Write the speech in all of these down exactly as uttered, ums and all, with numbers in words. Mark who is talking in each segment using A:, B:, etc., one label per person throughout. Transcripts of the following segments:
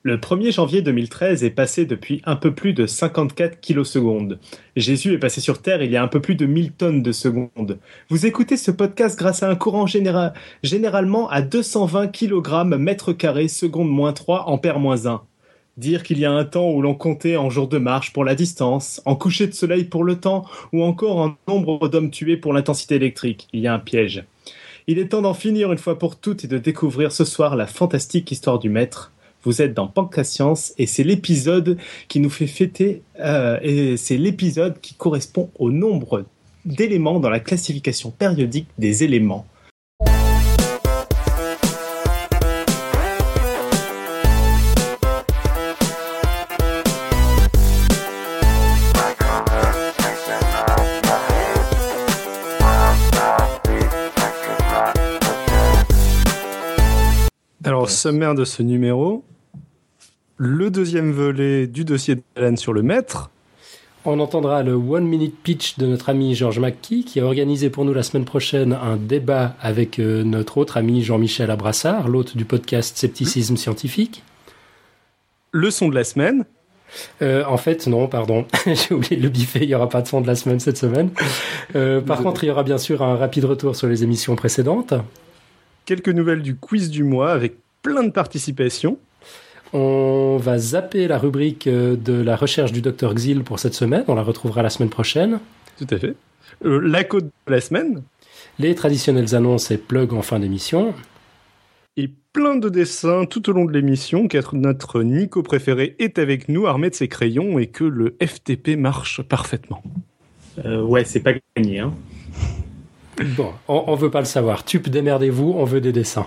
A: Le premier janvier deux mille treize est passé depuis un peu plus de cinquante-quatre kilosecondes. Jésus est passé sur Terre il y a un peu plus de mille tonnes de secondes. Vous écoutez ce podcast grâce à un courant généra- généralement à deux cent vingt kilogrammes mètre carré seconde moins trois ampères moins un. Dire qu'il y a un temps où l'on comptait en jours de marche pour la distance, en coucher de soleil pour le temps, ou encore en nombre d'hommes tués pour l'intensité électrique, il y a un piège. Il est temps d'en finir une fois pour toutes et de découvrir ce soir la fantastique histoire du maître. Vous êtes dans Pancascience et c'est l'épisode qui nous fait fêter, euh, et c'est l'épisode qui correspond au nombre d'éléments dans la classification périodique des éléments.
B: Alors, sommaire de ce numéro, le deuxième volet du dossier d'Alan sur le maître.
C: On entendra le one minute pitch de notre ami Georges McKee qui a organisé pour nous la semaine prochaine un débat avec euh, notre autre ami Jean-Michel Abrassard, l'hôte du podcast Scepticisme Scientifique.
B: Le son de la semaine.
C: Euh, en fait, non, pardon, j'ai oublié de le biffer, il n'y aura pas de son de la semaine cette semaine. Euh, par contre, il y aura bien sûr un rapide retour sur les émissions précédentes.
B: Quelques nouvelles du quiz du mois avec plein de participations.
C: On va zapper la rubrique de la recherche du docteur Xil pour cette semaine. On la retrouvera la semaine prochaine.
B: Tout à fait. Euh, la côte de la semaine.
C: Les traditionnelles annonces et plugs en fin d'émission.
B: Et plein de dessins tout au long de l'émission, car notre Nico préféré est avec nous, armé de ses crayons, et que le F T P marche parfaitement.
A: Euh, ouais, c'est pas gagné, hein.
C: Bon, on, on veut pas le savoir. Tup, démerdez-vous, on veut des dessins.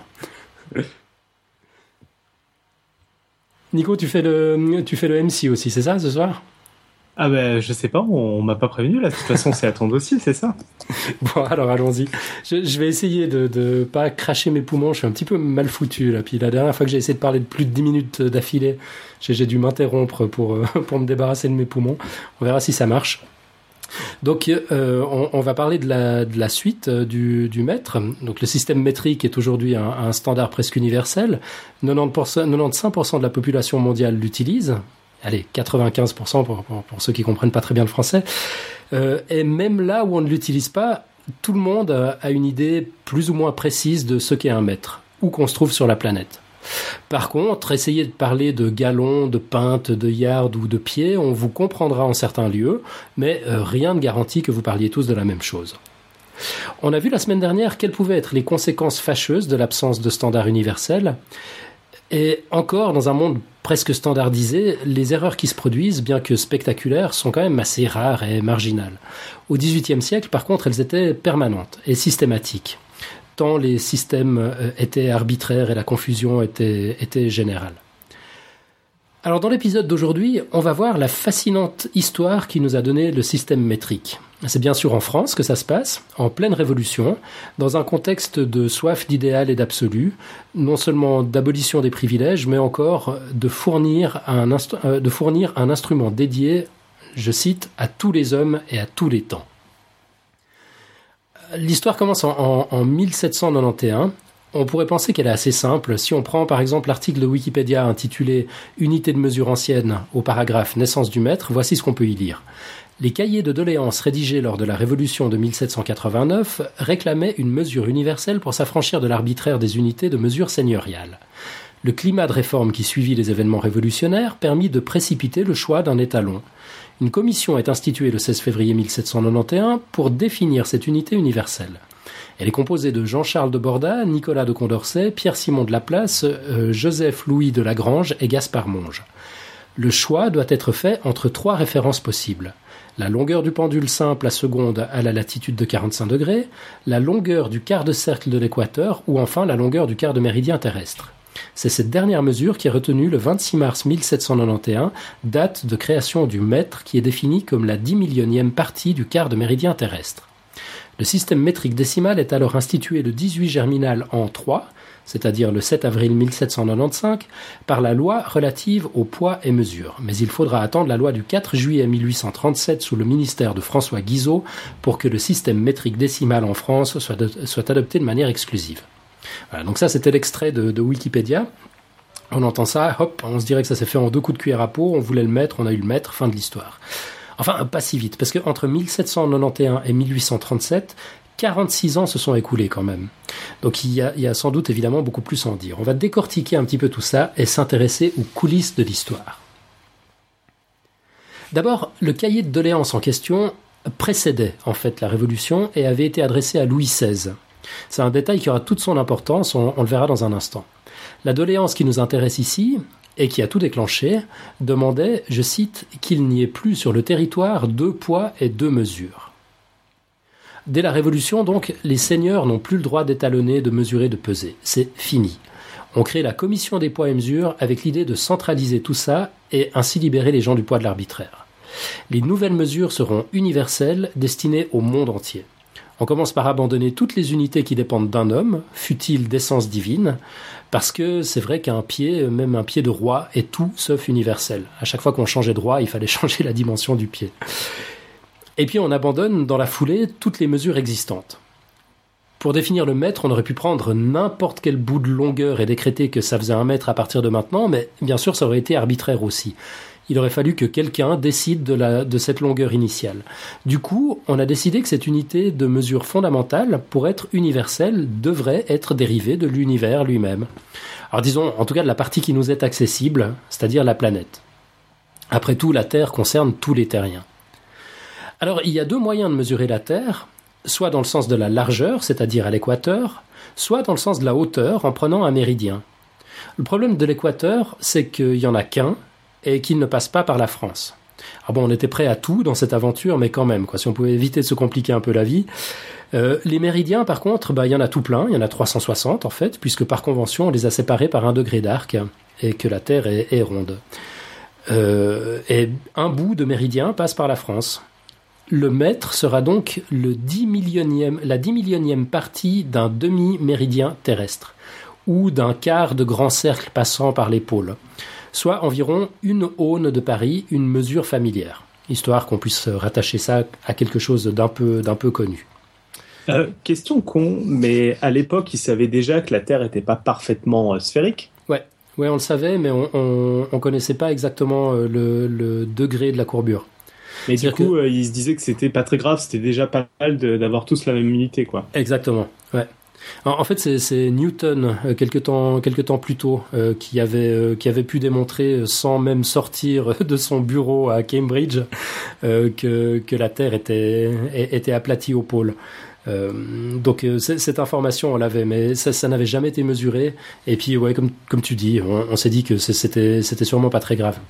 C: Nico, tu fais le, tu fais le M C aussi, c'est ça, ce soir ?
A: Ah ben, je sais pas, on, on m'a pas prévenu, là. De toute façon, c'est à ton dossier, c'est ça ?
C: Bon, alors, allons-y. Je, je vais essayer de, de pas cracher mes poumons. Je suis un petit peu mal foutu, là. Puis la dernière fois que j'ai essayé de parler de plus de dix minutes d'affilée, j'ai, j'ai dû m'interrompre pour, pour me débarrasser de mes poumons. On verra si ça marche. Donc, euh, on, on va parler de la, de la suite euh, du, du maître. Donc, le système métrique est aujourd'hui un, un standard presque universel. quatre-vingt-dix pour cent, quatre-vingt-quinze pour cent de la population mondiale l'utilise. Allez, quatre-vingt-quinze pour cent pour, pour, pour ceux qui comprennent pas très bien le français. Euh, et même là où on ne l'utilise pas, tout le monde a une idée plus ou moins précise de ce qu'est un mètre, où qu'on se trouve sur la planète. Par contre, essayez de parler de gallons, de pintes, de yards ou de pieds, on vous comprendra en certains lieux, mais euh, rien ne garantit que vous parliez tous de la même chose. On a vu la semaine dernière quelles pouvaient être les conséquences fâcheuses de l'absence de standard universel. Et encore, dans un monde presque standardisé, les erreurs qui se produisent, bien que spectaculaires, sont quand même assez rares et marginales. Au dix-huitième siècle, par contre, elles étaient permanentes et systématiques, tant les systèmes étaient arbitraires et la confusion était, était générale. Alors dans l'épisode d'aujourd'hui, on va voir la fascinante histoire qui nous a donné le système métrique. C'est bien sûr en France que ça se passe, en pleine révolution, dans un contexte de soif d'idéal et d'absolu, non seulement d'abolition des privilèges, mais encore de fournir un, instru- de fournir un instrument dédié, je cite, à tous les hommes et à tous les temps. L'histoire commence en, en, en mille sept cent quatre-vingt-onze. On pourrait penser qu'elle est assez simple. Si on prend par exemple l'article de Wikipédia intitulé « Unité de mesure ancienne » au paragraphe « Naissance du maître », voici ce qu'on peut y lire. Les cahiers de doléances rédigés lors de la Révolution de mille sept cent quatre-vingt-neuf réclamaient une mesure universelle pour s'affranchir de l'arbitraire des unités de mesure seigneuriale. Le climat de réforme qui suivit les événements révolutionnaires permit de précipiter le choix d'un étalon. Une commission est instituée le seize février mille sept cent quatre-vingt-onze pour définir cette unité universelle. Elle est composée de Jean-Charles de Borda, Nicolas de Condorcet, Pierre-Simon de Laplace, euh, Joseph-Louis de Lagrange et Gaspard Monge. Le choix doit être fait entre trois références possibles. La longueur du pendule simple à seconde à la latitude de quarante-cinq degrés, la longueur du quart de cercle de l'équateur ou enfin la longueur du quart de méridien terrestre. C'est cette dernière mesure qui est retenue le vingt-six mars mille sept cent quatre-vingt-onze, date de création du mètre qui est définie comme la dix millionième partie du quart de méridien terrestre. Le système métrique décimal est alors institué le dix-huit germinal an trois, c'est-à-dire le sept avril mille sept cent quatre-vingt-quinze, par la loi relative au poids et mesure. Mais il faudra attendre la loi du quatre juillet mille huit cent trente-sept sous le ministère de François Guizot pour que le système métrique décimal en France soit, de, soit adopté de manière exclusive. Voilà, donc ça c'était l'extrait de, de Wikipédia. On entend ça, hop, on se dirait que ça s'est fait en deux coups de cuillère à peau, on voulait le mettre, on a eu le maître, fin de l'histoire. Enfin, pas si vite, parce qu'entre mille sept cent quatre-vingt-onze et mille huit cent trente-sept, quarante-six ans se sont écoulés quand même. Donc il y, a, il y a sans doute évidemment beaucoup plus à en dire. On va décortiquer un petit peu tout ça et s'intéresser aux coulisses de l'histoire. D'abord, le cahier de doléances en question précédait en fait la Révolution et avait été adressé à Louis seize. C'est un détail qui aura toute son importance, on, on le verra dans un instant. La doléance qui nous intéresse ici, et qui a tout déclenché, demandait, je cite, qu'il n'y ait plus sur le territoire deux poids et deux mesures. Dès la Révolution, donc, les seigneurs n'ont plus le droit d'étalonner, de mesurer, de peser. C'est fini. On crée la commission des poids et mesures avec l'idée de centraliser tout ça et ainsi libérer les gens du poids de l'arbitraire. Les nouvelles mesures seront universelles, destinées au monde entier. On commence par abandonner toutes les unités qui dépendent d'un homme, fût-il d'essence divine, parce que c'est vrai qu'un pied, même un pied de roi, est tout sauf universel. À chaque fois qu'on changeait de roi, il fallait changer la dimension du pied. Et puis on abandonne dans la foulée toutes les mesures existantes. Pour définir le mètre, on aurait pu prendre n'importe quel bout de longueur et décréter que ça faisait un mètre à partir de maintenant, mais bien sûr ça aurait été arbitraire aussi. Il aurait fallu que quelqu'un décide de, la, de cette longueur initiale. Du coup, on a décidé que cette unité de mesure fondamentale, pour être universelle, devrait être dérivée de l'univers lui-même. Alors disons, en tout cas de la partie qui nous est accessible, c'est-à-dire la planète. Après tout, la Terre concerne tous les terriens. Alors, il y a deux moyens de mesurer la Terre, soit dans le sens de la largeur, c'est-à-dire à l'équateur, soit dans le sens de la hauteur, en prenant un méridien. Le problème de l'équateur, c'est qu'il n'y en a qu'un, et qu'il ne passe pas par la France. Alors bon, on était prêt à tout dans cette aventure, mais quand même, quoi, si on pouvait éviter de se compliquer un peu la vie. Euh, les méridiens, par contre, bah, il y en a tout plein, il y en a trois cent soixante en fait, puisque par convention, on les a séparés par un degré d'arc, et que la Terre est, est ronde. Euh, et un bout de méridien passe par la France. Le mètre sera donc le dix millionième, la dix millionième partie d'un demi-méridien terrestre, ou d'un quart de grand cercle passant par les pôles, soit environ une aune de Paris, une mesure familière, histoire qu'on puisse rattacher ça à quelque chose d'un peu, d'un peu connu.
A: Euh, question con, mais à l'époque, ils savaient déjà que la Terre n'était pas parfaitement euh, sphérique.
C: Ouais, ouais, on le savait, mais on, on, on connaissait pas exactement le, le degré de la courbure.
A: Mais du coup,
C: que...
A: euh, ils se disaient que c'était pas très grave, c'était déjà pas mal de, d'avoir tous la même unité, quoi.
C: Exactement, ouais. Alors, en fait, c'est, c'est Newton, euh, quelque temps, quelque temps plus tôt, euh, qui avait, euh, qui avait pu démontrer, euh, sans même sortir de son bureau à Cambridge, euh, que, que la Terre était, était aplatie au pôle. Euh, donc, euh, cette information, on l'avait, mais ça, ça n'avait jamais été mesuré. Et puis, ouais, comme, comme tu dis, on, on s'est dit que c'était, c'était sûrement pas très grave.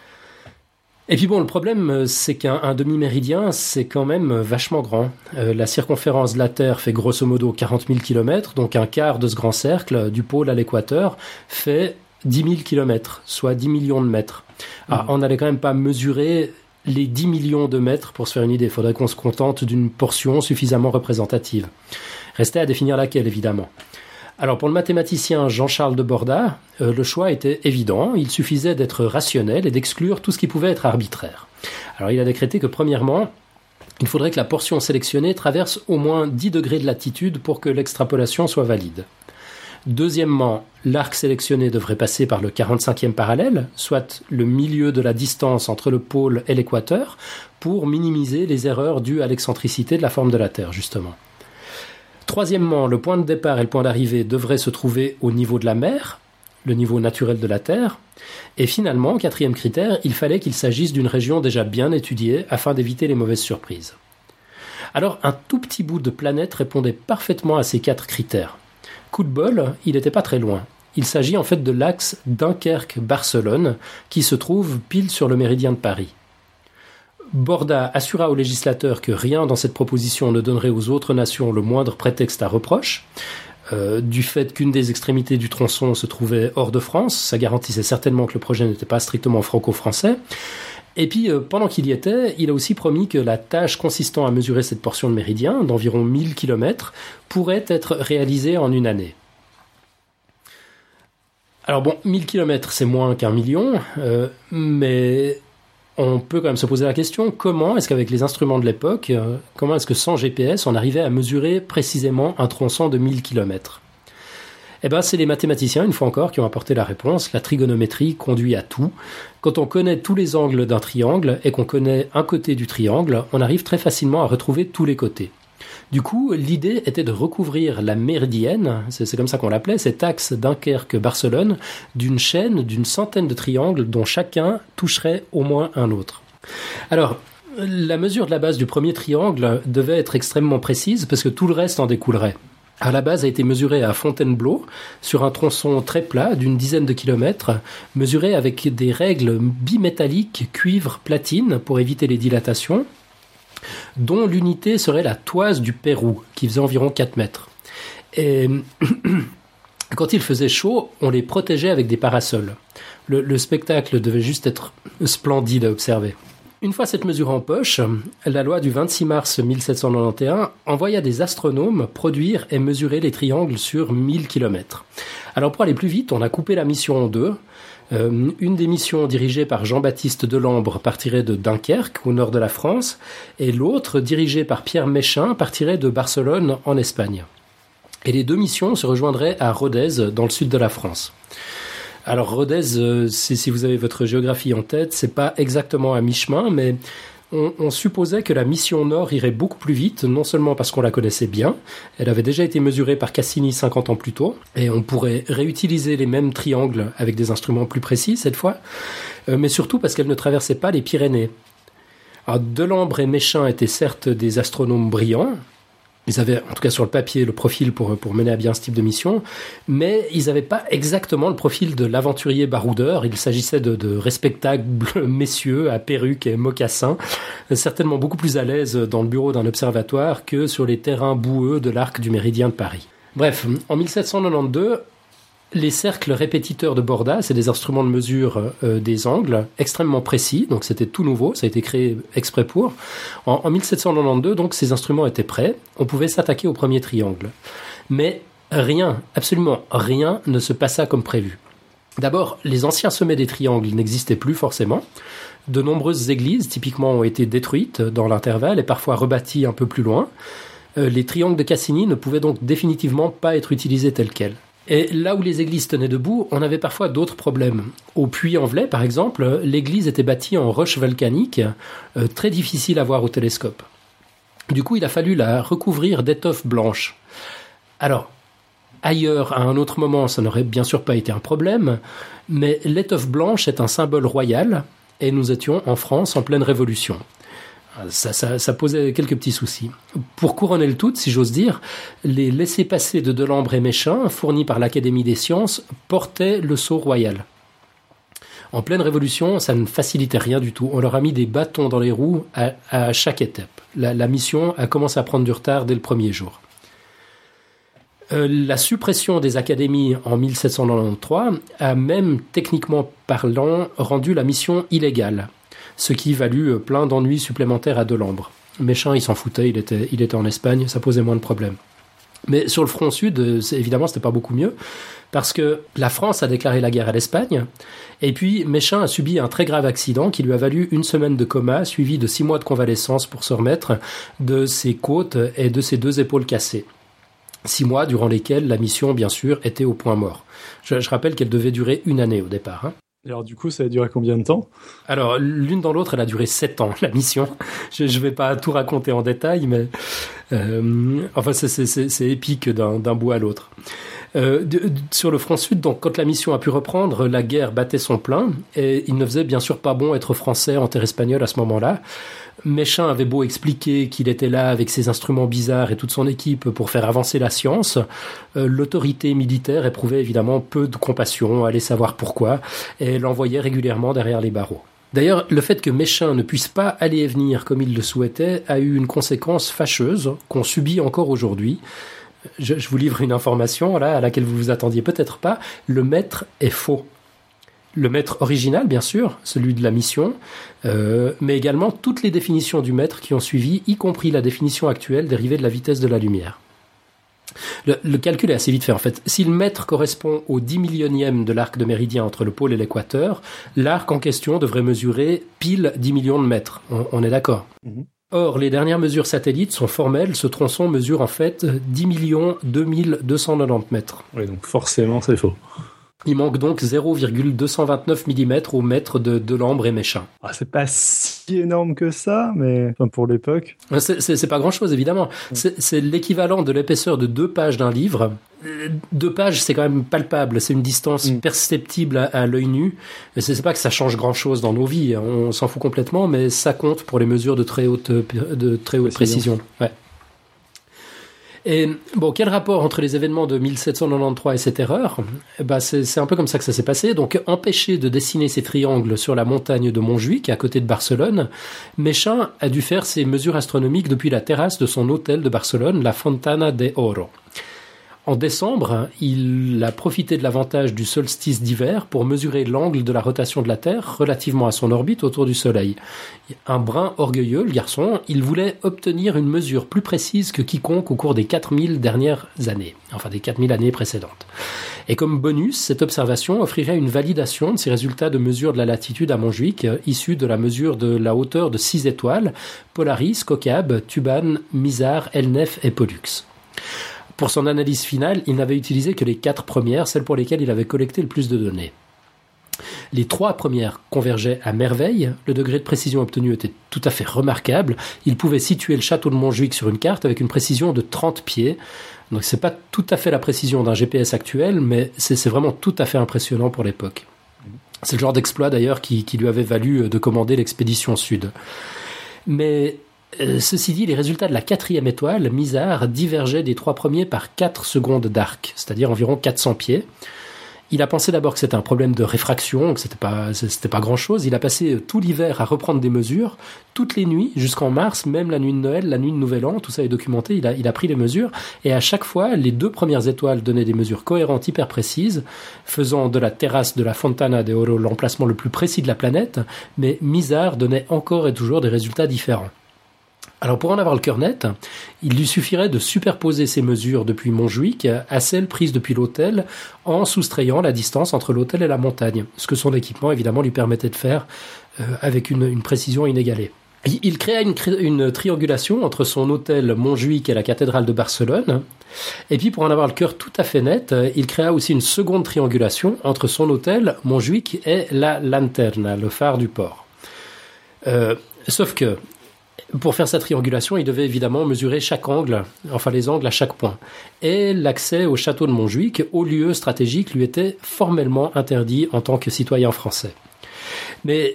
C: Et puis bon, le problème, c'est qu'un un demi-méridien, c'est quand même vachement grand. Euh, la circonférence de la Terre fait grosso modo quarante mille kilomètres, donc un quart de ce grand cercle, du pôle à l'équateur, fait dix mille kilomètres, soit dix millions de mètres. Mmh. Alors, on n'allait quand même pas mesurer les dix millions de mètres pour se faire une idée. Il faudrait qu'on se contente d'une portion suffisamment représentative. Restait à définir laquelle, évidemment. Alors pour le mathématicien Jean-Charles de Borda, euh, le choix était évident, il suffisait d'être rationnel et d'exclure tout ce qui pouvait être arbitraire. Alors il a décrété que premièrement, il faudrait que la portion sélectionnée traverse au moins dix degrés de latitude pour que l'extrapolation soit valide. Deuxièmement, l'arc sélectionné devrait passer par le quarante-cinquième parallèle, soit le milieu de la distance entre le pôle et l'équateur, pour minimiser les erreurs dues à l'excentricité de la forme de la Terre, justement. Troisièmement, le point de départ et le point d'arrivée devraient se trouver au niveau de la mer, le niveau naturel de la Terre. Et finalement, quatrième critère, il fallait qu'il s'agisse d'une région déjà bien étudiée afin d'éviter les mauvaises surprises. Alors, un tout petit bout de planète répondait parfaitement à ces quatre critères. Coup de bol, il n'était pas très loin. Il s'agit en fait de l'axe Dunkerque-Barcelone, qui se trouve pile sur le méridien de Paris. Borda assura aux législateurs que rien dans cette proposition ne donnerait aux autres nations le moindre prétexte à reproche. Euh, du fait qu'une des extrémités du tronçon se trouvait hors de France, ça garantissait certainement que le projet n'était pas strictement franco-français. Et puis, euh, pendant qu'il y était, il a aussi promis que la tâche consistant à mesurer cette portion de méridien, d'environ mille kilomètres, pourrait être réalisée en une année. Alors bon, mille kilomètres, c'est moins qu'un million, euh, mais... on peut quand même se poser la question, comment est-ce qu'avec les instruments de l'époque, euh, comment est-ce que sans G P S, on arrivait à mesurer précisément un tronçon de mille kilomètres ? Eh ben, c'est les mathématiciens, une fois encore, qui ont apporté la réponse. La trigonométrie conduit à tout. Quand on connaît tous les angles d'un triangle et qu'on connaît un côté du triangle, on arrive très facilement à retrouver tous les côtés. Du coup, l'idée était de recouvrir la méridienne, c'est, c'est comme ça qu'on l'appelait, cet axe Dunkerque-Barcelone, d'une chaîne d'une centaine de triangles dont chacun toucherait au moins un autre. Alors, la mesure de la base du premier triangle devait être extrêmement précise parce que tout le reste en découlerait. Alors, la base a été mesurée à Fontainebleau, sur un tronçon très plat d'une dizaine de kilomètres, mesuré avec des règles bimétalliques cuivre-platine pour éviter les dilatations, dont l'unité serait la toise du Pérou, qui faisait environ quatre mètres. Et quand il faisait chaud, on les protégeait avec des parasols. Le, le spectacle devait juste être splendide à observer. Une fois cette mesure en poche, la loi du vingt-six mars mille sept cent quatre-vingt-onze envoya des astronomes produire et mesurer les triangles sur mille kilomètres. Alors pour aller plus vite, on a coupé la mission en deux. Euh, une des missions dirigée par Jean-Baptiste Delambre partirait de Dunkerque, au nord de la France, et l'autre, dirigée par Pierre Méchain, partirait de Barcelone, en Espagne. Et les deux missions se rejoindraient à Rodez, dans le sud de la France. Alors Rodez, euh, si, si vous avez votre géographie en tête, c'est pas exactement à mi-chemin, mais on, on supposait que la mission nord irait beaucoup plus vite, non seulement parce qu'on la connaissait bien, elle avait déjà été mesurée par Cassini cinquante ans plus tôt, et on pourrait réutiliser les mêmes triangles avec des instruments plus précis cette fois, euh, mais surtout parce qu'elle ne traversait pas les Pyrénées. Alors Delambre et Méchain étaient certes des astronomes brillants, ils avaient, en tout cas sur le papier, le profil pour, pour mener à bien ce type de mission, mais ils n'avaient pas exactement le profil de l'aventurier baroudeur. Il s'agissait de, de respectables messieurs à perruque et mocassins, certainement beaucoup plus à l'aise dans le bureau d'un observatoire que sur les terrains boueux de l'arc du Méridien de Paris. Bref, en mille sept cent quatre-vingt-douze, les cercles répétiteurs de Borda, c'est des instruments de mesure euh, des angles extrêmement précis, donc c'était tout nouveau, ça a été créé exprès pour. En, en mille sept cent quatre-vingt-douze, donc, ces instruments étaient prêts, on pouvait s'attaquer au premier triangle. Mais rien, absolument rien ne se passa comme prévu. D'abord, les anciens sommets des triangles n'existaient plus forcément. De nombreuses églises, typiquement, ont été détruites dans l'intervalle et parfois rebâties un peu plus loin. Euh, les triangles de Cassini ne pouvaient donc définitivement pas être utilisés tels quels. Et là où les églises tenaient debout, on avait parfois d'autres problèmes. Au Puy-en-Velay, par exemple, l'église était bâtie en roche volcanique, euh, très difficile à voir au télescope. Du coup, il a fallu la recouvrir d'étoffe blanche. Alors, ailleurs, à un autre moment, ça n'aurait bien sûr pas été un problème, mais l'étoffe blanche est un symbole royal, et nous étions en France en pleine Révolution. Ça, ça, ça posait quelques petits soucis. Pour couronner le tout, si j'ose dire, les laissez-passer de Delambre et Méchain, fournis par l'Académie des sciences, portaient le sceau royal. En pleine Révolution, ça ne facilitait rien du tout. On leur a mis des bâtons dans les roues à, à chaque étape. La, la mission a commencé à prendre du retard dès le premier jour. Euh, la suppression des académies en mille sept cent quatre-vingt-treize a même, techniquement parlant, rendu la mission illégale, ce qui valut plein d'ennuis supplémentaires à Delambre. Méchain, il s'en foutait, il était, il était en Espagne, ça posait moins de problèmes. Mais sur le front sud, c'est, évidemment, c'était pas beaucoup mieux, parce que la France a déclaré la guerre à l'Espagne, et puis Méchain a subi un très grave accident qui lui a valu une semaine de coma, suivi de six mois de convalescence pour se remettre de ses côtes et de ses deux épaules cassées. Six mois durant lesquels la mission, bien sûr, était au point mort. Je, je rappelle qu'elle devait durer une année au départ, hein.
B: Alors du coup, ça a duré combien de temps ?
C: Alors, l'une dans l'autre, elle a duré sept ans, la mission. Je ne vais pas tout raconter en détail, mais euh, enfin, c'est, c'est, c'est, c'est épique d'un, d'un bout à l'autre. Euh, de, de, sur le front sud, donc, quand la mission a pu reprendre, la guerre battait son plein, et il ne faisait bien sûr pas bon être français en terre espagnole à ce moment-là. Méchain avait beau expliquer qu'il était là avec ses instruments bizarres et toute son équipe pour faire avancer la science, euh, l'autorité militaire éprouvait évidemment peu de compassion, allait savoir pourquoi, et l'envoyait régulièrement derrière les barreaux. D'ailleurs, le fait que Méchain ne puisse pas aller et venir comme il le souhaitait a eu une conséquence fâcheuse qu'on subit encore aujourd'hui. Je, je vous livre une information là, à laquelle vous vous attendiez peut-être pas, le maître est faux. Le maître original, bien sûr, celui de la mission, euh, mais également toutes les définitions du maître qui ont suivi, y compris la définition actuelle dérivée de la vitesse de la lumière. Le, le calcul est assez vite fait, en fait. Si le mètre correspond au dix millionième de l'arc de méridien entre le pôle et l'équateur, l'arc en question devrait mesurer pile dix millions de mètres. On, on est d'accord ?
B: Mmh.
C: Or, les dernières mesures satellites sont formelles. Ce tronçon mesure en fait dix millions deux mille deux cent quatre-vingt-dix mètres.
B: Oui, donc forcément, c'est faux.
C: Il manque donc zéro virgule deux cent vingt-neuf millimètres au mètre de Delambre et Méchain.
B: Ah, c'est pas si énorme que ça, mais enfin, pour l'époque.
C: C'est, c'est, c'est pas grand-chose, évidemment. C'est, c'est l'équivalent de l'épaisseur de deux pages d'un livre. Deux pages, c'est quand même palpable. C'est une distance mm. perceptible à, à l'œil nu. Et c'est, c'est pas que ça change grand-chose dans nos vies. On s'en fout complètement, mais ça compte pour les mesures de très haute, de très haute précision. précision. Ouais. Et bon, quel rapport entre les événements de mille sept cent quatre-vingt-treize et cette erreur ? Eh ben, c'est, c'est un peu comme ça que ça s'est passé. Donc, empêché de dessiner ces triangles sur la montagne de Montjuïc, à côté de Barcelone, Méchain a dû faire ses mesures astronomiques depuis la terrasse de son hôtel de Barcelone, la Fontana de Oro. En décembre, il a profité de l'avantage du solstice d'hiver pour mesurer l'angle de la rotation de la Terre relativement à son orbite autour du Soleil. Un brin orgueilleux, le garçon, il voulait obtenir une mesure plus précise que quiconque au cours des quatre mille dernières années, enfin des quatre mille années précédentes. Et comme bonus, cette observation offrirait une validation de ses résultats de mesure de la latitude à Montjuïc, issus de la mesure de la hauteur de six étoiles, Polaris, Kokab, Tuban, Mizar, Elnef et Pollux. Pour son analyse finale, il n'avait utilisé que les quatre premières, celles pour lesquelles il avait collecté le plus de données. Les trois premières convergeaient à merveille, le degré de précision obtenu était tout à fait remarquable, il pouvait situer le château de Montjuïc sur une carte avec une précision de trente pieds, donc c'est pas tout à fait la précision d'un G P S actuel, mais c'est, c'est vraiment tout à fait impressionnant pour l'époque. C'est le genre d'exploit d'ailleurs qui, qui lui avait valu de commander l'expédition sud. Mais Euh, ceci dit, les résultats de la quatrième étoile, Mizar, divergeaient des trois premiers par quatre secondes d'arc, c'est-à-dire environ quatre cents pieds. Il a pensé d'abord que c'était un problème de réfraction, que c'était pas, c'était pas grand-chose. Il a passé tout l'hiver à reprendre des mesures, toutes les nuits, jusqu'en mars, même la nuit de Noël, la nuit de Nouvel An, tout ça est documenté, il a, il a pris les mesures, et à chaque fois, les deux premières étoiles donnaient des mesures cohérentes hyper précises, faisant de la terrasse de la Fontana de Oro l'emplacement le plus précis de la planète, mais Mizar donnait encore et toujours des résultats différents. Alors pour en avoir le cœur net, il lui suffirait de superposer ces mesures depuis Montjuïc à celles prises depuis l'hôtel en soustrayant la distance entre l'hôtel et la montagne, ce que son équipement évidemment lui permettait de faire euh, avec une, une précision inégalée. Il créa une, une triangulation entre son hôtel Montjuïc et la cathédrale de Barcelone, et puis pour en avoir le cœur tout à fait net, il créa aussi une seconde triangulation entre son hôtel Montjuïc et la Lanterna, le phare du port. Euh, sauf que pour faire sa triangulation, il devait évidemment mesurer chaque angle, enfin les angles à chaque point. Et l'accès au château de Montjuïc, au lieu stratégique, lui était formellement interdit en tant que citoyen français. Mais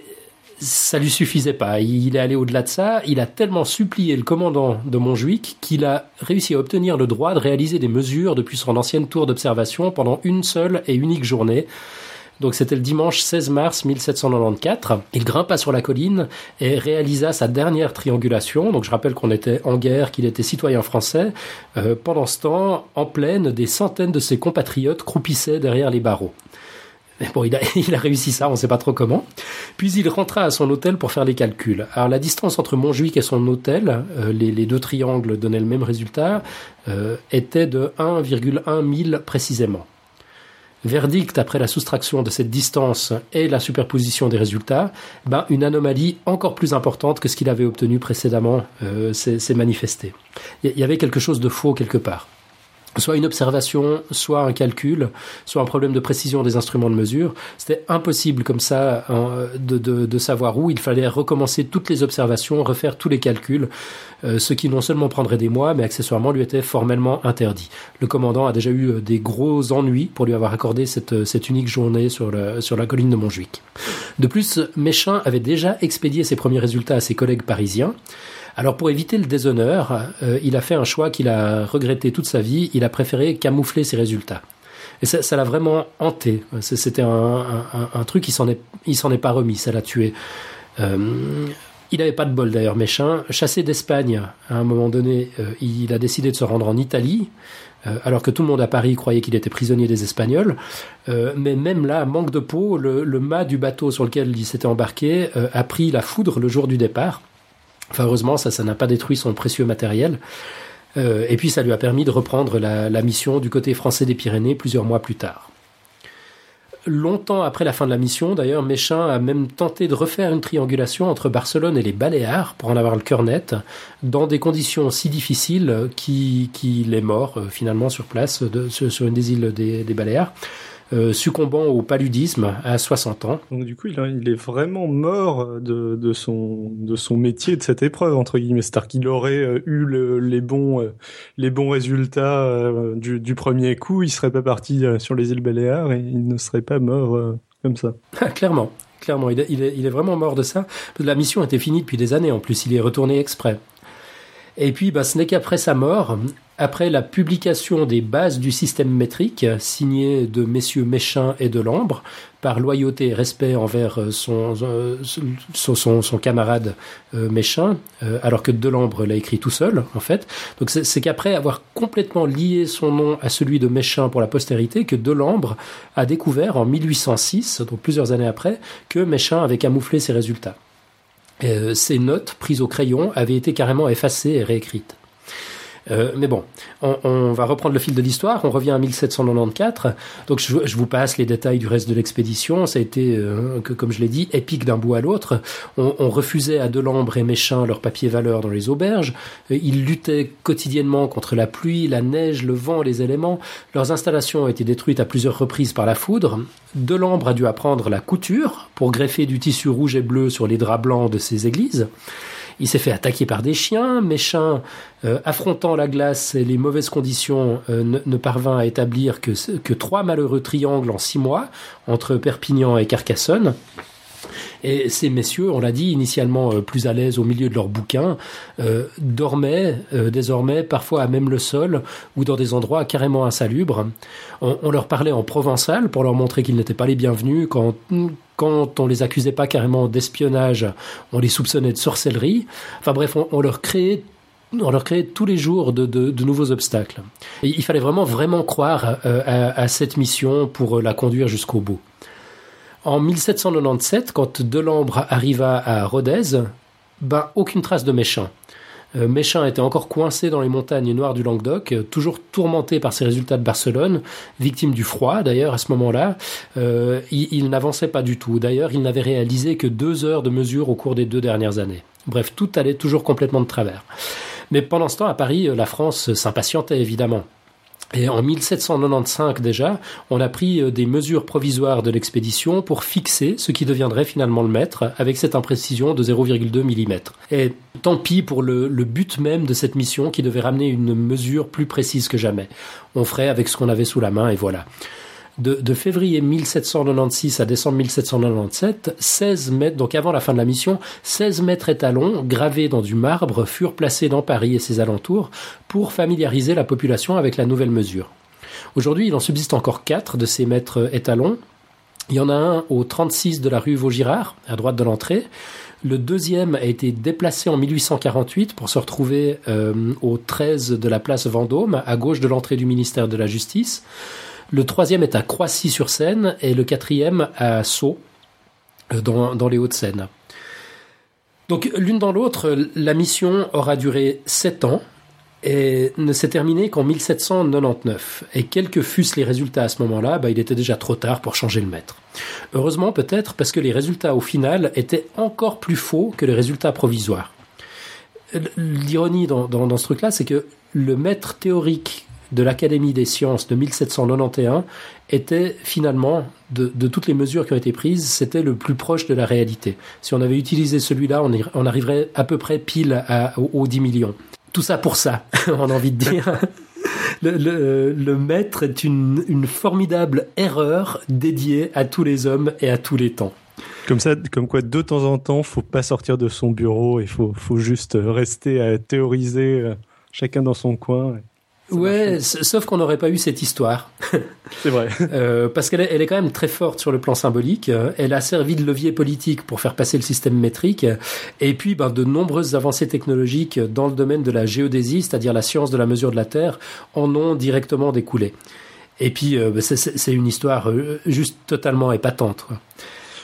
C: ça lui suffisait pas. Il est allé au-delà de ça. Il a tellement supplié le commandant de Montjuïc qu'il a réussi à obtenir le droit de réaliser des mesures depuis son ancienne tour d'observation pendant une seule et unique journée. Donc c'était le dimanche seize mars mille sept cent quatre-vingt-quatorze. Il grimpa sur la colline et réalisa sa dernière triangulation. Donc je rappelle qu'on était en guerre, qu'il était citoyen français. Euh, pendant ce temps, en plaine, des centaines de ses compatriotes croupissaient derrière les barreaux. Mais bon, il a, il a réussi ça, on ne sait pas trop comment. Puis il rentra à son hôtel pour faire les calculs. Alors la distance entre Montjuïc et son hôtel, euh, les, les deux triangles donnaient le même résultat, euh, était de un virgule un mille précisément. Verdict après la soustraction de cette distance et la superposition des résultats, ben une anomalie encore plus importante que ce qu'il avait obtenu précédemment euh, s'est, s'est manifestée. Il y avait quelque chose de faux quelque part. Soit une observation, soit un calcul, soit un problème de précision des instruments de mesure. C'était impossible comme ça hein, de, de, de savoir où. Il fallait recommencer toutes les observations, refaire tous les calculs, euh, ce qui non seulement prendrait des mois, mais accessoirement lui était formellement interdit. Le commandant a déjà eu des gros ennuis pour lui avoir accordé cette, cette unique journée sur, le, sur la colline de Montjuïc. De plus, Méchain avait déjà expédié ses premiers résultats à ses collègues parisiens. Alors pour éviter le déshonneur, euh, il a fait un choix qu'il a regretté toute sa vie, il a préféré camoufler ses résultats. Et ça, ça l'a vraiment hanté. C'était un, un, un truc, il s'en est, il s'en est pas remis, ça l'a tué. Euh, il n'avait pas de bol d'ailleurs, Méchain. Chassé d'Espagne, à un moment donné, euh, il a décidé de se rendre en Italie, euh, alors que tout le monde à Paris croyait qu'il était prisonnier des Espagnols. Euh, mais même là, manque de peau, le, le mât du bateau sur lequel il s'était embarqué euh, a pris la foudre le jour du départ. Enfin, heureusement, ça, ça n'a pas détruit son précieux matériel. Euh, et puis, ça lui a permis de reprendre la, la mission du côté français des Pyrénées plusieurs mois plus tard. Longtemps après la fin de la mission, d'ailleurs, Méchain a même tenté de refaire une triangulation entre Barcelone et les Baléares, pour en avoir le cœur net, dans des conditions si difficiles qu'il, qu'il est mort euh, finalement sur place, de, sur, sur une des îles des, des Baléares, euh, succombant au paludisme à soixante ans.
B: Donc du coup, il, a, il est vraiment mort de, de, son, de son métier, de cette épreuve, entre guillemets. C'est-à-dire qu'il aurait euh, eu le, les, bons, euh, les bons résultats euh, du, du premier coup, il serait pas parti euh, sur les îles Baléares et il ne serait pas mort euh, comme ça.
C: Clairement, clairement. Il est, il, est, il est vraiment mort de ça. La mission était finie depuis des années en plus, il y est retourné exprès. Et puis, bah, ce n'est qu'après sa mort, après la publication des bases du système métrique, signées de messieurs Méchain et Delambre, par loyauté et respect envers son, son, son, son camarade euh, Méchain, euh, alors que Delambre l'a écrit tout seul, en fait. Donc c'est, c'est qu'après avoir complètement lié son nom à celui de Méchain pour la postérité, que Delambre a découvert en mille huit cent six, donc plusieurs années après, que Méchain avait camouflé ses résultats. Euh, ces notes prises au crayon avaient été carrément effacées et réécrites. Euh, mais bon, on, on va reprendre le fil de l'histoire. On revient à mille sept cent quatre-vingt-quatorze. Donc je, je vous passe les détails du reste de l'expédition. Ça a été, euh, que, comme je l'ai dit, épique d'un bout à l'autre. On, on refusait à Delambre et Méchain leurs papiers valeurs dans les auberges. Euh, ils luttaient quotidiennement contre la pluie, la neige, le vent, les éléments. Leurs installations ont été détruites à plusieurs reprises par la foudre. Delambre a dû apprendre la couture pour greffer du tissu rouge et bleu sur les draps blancs de ses églises. Il s'est fait attaquer par des chiens. Méchain, euh, affrontant la glace et les mauvaises conditions, euh, ne, ne parvint à établir que, que trois malheureux triangles en six mois, entre Perpignan et Carcassonne. Et ces messieurs, on l'a dit, initialement euh, plus à l'aise au milieu de leurs bouquins, euh, dormaient euh, désormais parfois à même le sol ou dans des endroits carrément insalubres. On, on leur parlait en provençal pour leur montrer qu'ils n'étaient pas les bienvenus. Quand, quand on les accusait pas carrément d'espionnage, on les soupçonnait de sorcellerie. Enfin bref, on, on leur créait on leur créait tous les jours de, de, de nouveaux obstacles. Et il fallait vraiment, vraiment croire euh, à, à cette mission pour la conduire jusqu'au bout. En mille sept cent quatre-vingt-dix-sept, quand Delambre arriva à Rodez, ben, aucune trace de Méchain. Euh, Méchain était encore coincé dans les montagnes noires du Languedoc, euh, toujours tourmenté par ses résultats de Barcelone, victime du froid d'ailleurs à ce moment-là. Euh, il, il n'avançait pas du tout. D'ailleurs, il n'avait réalisé que deux heures de mesure au cours des deux dernières années. Bref, tout allait toujours complètement de travers. Mais pendant ce temps, à Paris, la France s'impatientait évidemment. Et en mille sept cent quatre-vingt-quinze déjà, on a pris des mesures provisoires de l'expédition pour fixer ce qui deviendrait finalement le mètre, avec cette imprécision de zéro virgule deux millimètres. Et tant pis pour le, le but même de cette mission qui devait ramener une mesure plus précise que jamais. On ferait avec ce qu'on avait sous la main et voilà. De, de février mille sept cent quatre-vingt-seize à décembre mille sept cent quatre-vingt-dix-sept, seize mètres, donc avant la fin de la mission, seize mètres étalons gravés dans du marbre furent placés dans Paris et ses alentours pour familiariser la population avec la nouvelle mesure. Aujourd'hui, il en subsiste encore quatre de ces mètres étalons. Il y en a un au trente-six de la rue Vaugirard, à droite de l'entrée. Le deuxième a été déplacé en mille huit cent quarante-huit pour se retrouver euh, au treize de la place Vendôme, à gauche de l'entrée du ministère de la Justice. Le troisième est à Croissy-sur-Seine et le quatrième à Sceaux, dans, dans les Hauts-de-Seine. Donc, l'une dans l'autre, la mission aura duré sept ans et ne s'est terminée qu'en mille sept cent quatre-vingt-dix-neuf. Et quels que fussent les résultats à ce moment-là, bah, il était déjà trop tard pour changer le mètre. Heureusement, peut-être, parce que les résultats au final étaient encore plus faux que les résultats provisoires. L'ironie dans, dans, dans ce truc-là, c'est que le mètre théorique de l'Académie des sciences de mille sept cent quatre-vingt-onze était finalement, de, de toutes les mesures qui ont été prises, c'était le plus proche de la réalité. Si on avait utilisé celui-là, on, y, on arriverait à peu près pile à, aux, aux dix millions. Tout ça pour ça, on a envie de dire. Le, le, le mètre est une, une formidable erreur dédiée à tous les hommes et à tous les temps.
B: Comme ça, comme quoi, de temps en temps, faut pas sortir de son bureau et faut, faut juste rester à théoriser, euh, chacun dans son coin.
C: Ça ouais, sauf qu'on n'aurait pas eu cette histoire.
B: C'est vrai.
C: euh, parce qu'elle est, elle est quand même très forte sur le plan symbolique. Elle a servi de levier politique pour faire passer le système métrique. Et puis, ben, de nombreuses avancées technologiques dans le domaine de la géodésie, c'est-à-dire la science de la mesure de la Terre, en ont directement découlé. Et puis, euh, c'est, c'est une histoire juste totalement épatante, quoi.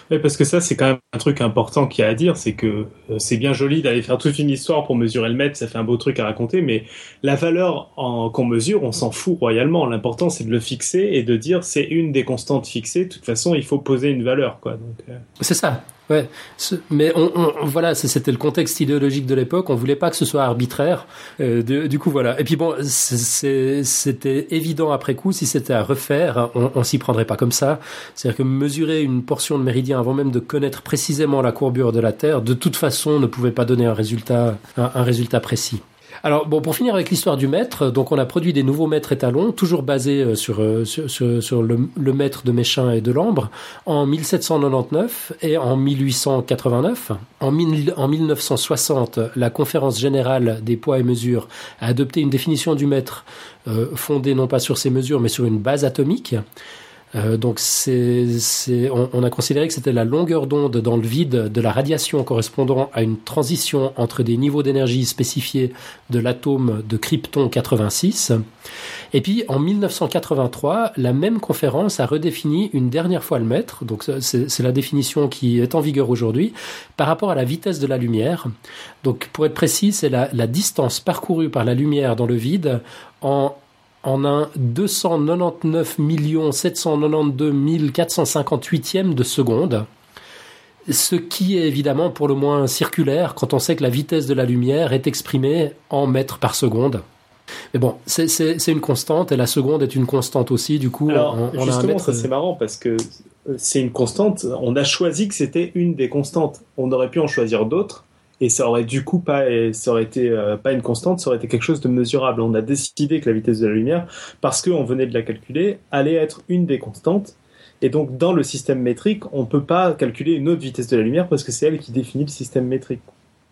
A: Oui, parce que ça, c'est quand même un truc important qu'il y a à dire, c'est que euh, c'est bien joli d'aller faire toute une histoire pour mesurer le mètre, ça fait un beau truc à raconter, mais la valeur en, qu'on mesure, on s'en fout royalement. L'important, c'est de le fixer et de dire c'est une des constantes fixées. De toute façon, il faut poser une valeur, quoi. Donc, euh...
C: C'est ça. Ouais, mais on, on, voilà, c'était le contexte idéologique de l'époque. On voulait pas que ce soit arbitraire. Euh, de, du coup, voilà. Et puis bon, c'est, c'était évident après coup, si c'était à refaire, on, on s'y prendrait pas comme ça. C'est-à-dire que mesurer une portion de méridien avant même de connaître précisément la courbure de la Terre, de toute façon, ne pouvait pas donner un résultat, un, un résultat précis. Alors bon, pour finir avec l'histoire du mètre, donc on a produit des nouveaux mètres étalons, toujours basés sur sur sur, sur le, le mètre de Méchain et de Lambre, en mille sept cent quatre-vingt-dix-neuf et en mille huit cent quatre-vingt-neuf. En, mille, en mille neuf cent soixante, la Conférence générale des poids et mesures a adopté une définition du mètre euh, fondée non pas sur ces mesures, mais sur une base atomique. Euh, donc c'est, c'est, on, on a considéré que c'était la longueur d'onde dans le vide de la radiation correspondant à une transition entre des niveaux d'énergie spécifiés de l'atome de krypton quatre-vingt-six. Et puis en mille neuf cent quatre-vingt-trois, la même conférence a redéfini une dernière fois le mètre, donc c'est, c'est la définition qui est en vigueur aujourd'hui, par rapport à la vitesse de la lumière. Donc pour être précis, c'est la, la distance parcourue par la lumière dans le vide en en un deux cent quatre-vingt-dix-neuf millions sept cent quatre-vingt-douze mille quatre cent cinquante-huitième de seconde, ce qui est évidemment pour le moins circulaire quand on sait que la vitesse de la lumière est exprimée en mètres par seconde. Mais bon, c'est, c'est, c'est une constante et la seconde est une constante aussi, du coup.
A: Alors,
C: on, on
A: justement,
C: a un mètre...
A: ça c'est marrant parce que c'est une constante, on a choisi que c'était une des constantes. On aurait pu en choisir d'autres. Et ça aurait du coup pas, ça aurait été euh, pas une constante, ça aurait été quelque chose de mesurable. On a décidé que la vitesse de la lumière, parce qu'on venait de la calculer, allait être une des constantes. Et donc dans le système métrique, on peut pas calculer une autre vitesse de la lumière parce que c'est elle qui définit le système métrique.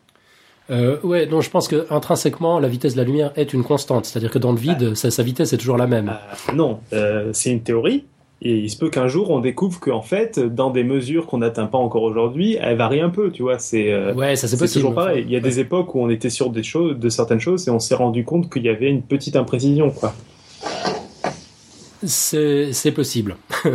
C: Euh, ouais, donc je pense que intrinsèquement la vitesse de la lumière est une constante, c'est-à-dire que dans le vide, ah. sa, sa vitesse est toujours la même.
A: Euh, non, euh, c'est une théorie. Et il se peut qu'un jour on découvre qu'en fait, dans des mesures qu'on n'atteint pas encore aujourd'hui, elle varie un peu, tu vois. C'est, euh,
C: ouais, ça c'est,
A: c'est
C: possible,
A: toujours pareil. Il y a
C: ouais.
A: des époques où on était sûr des choses, de certaines choses, et on s'est rendu compte qu'il y avait une petite imprécision, quoi.
C: C'est, c'est possible,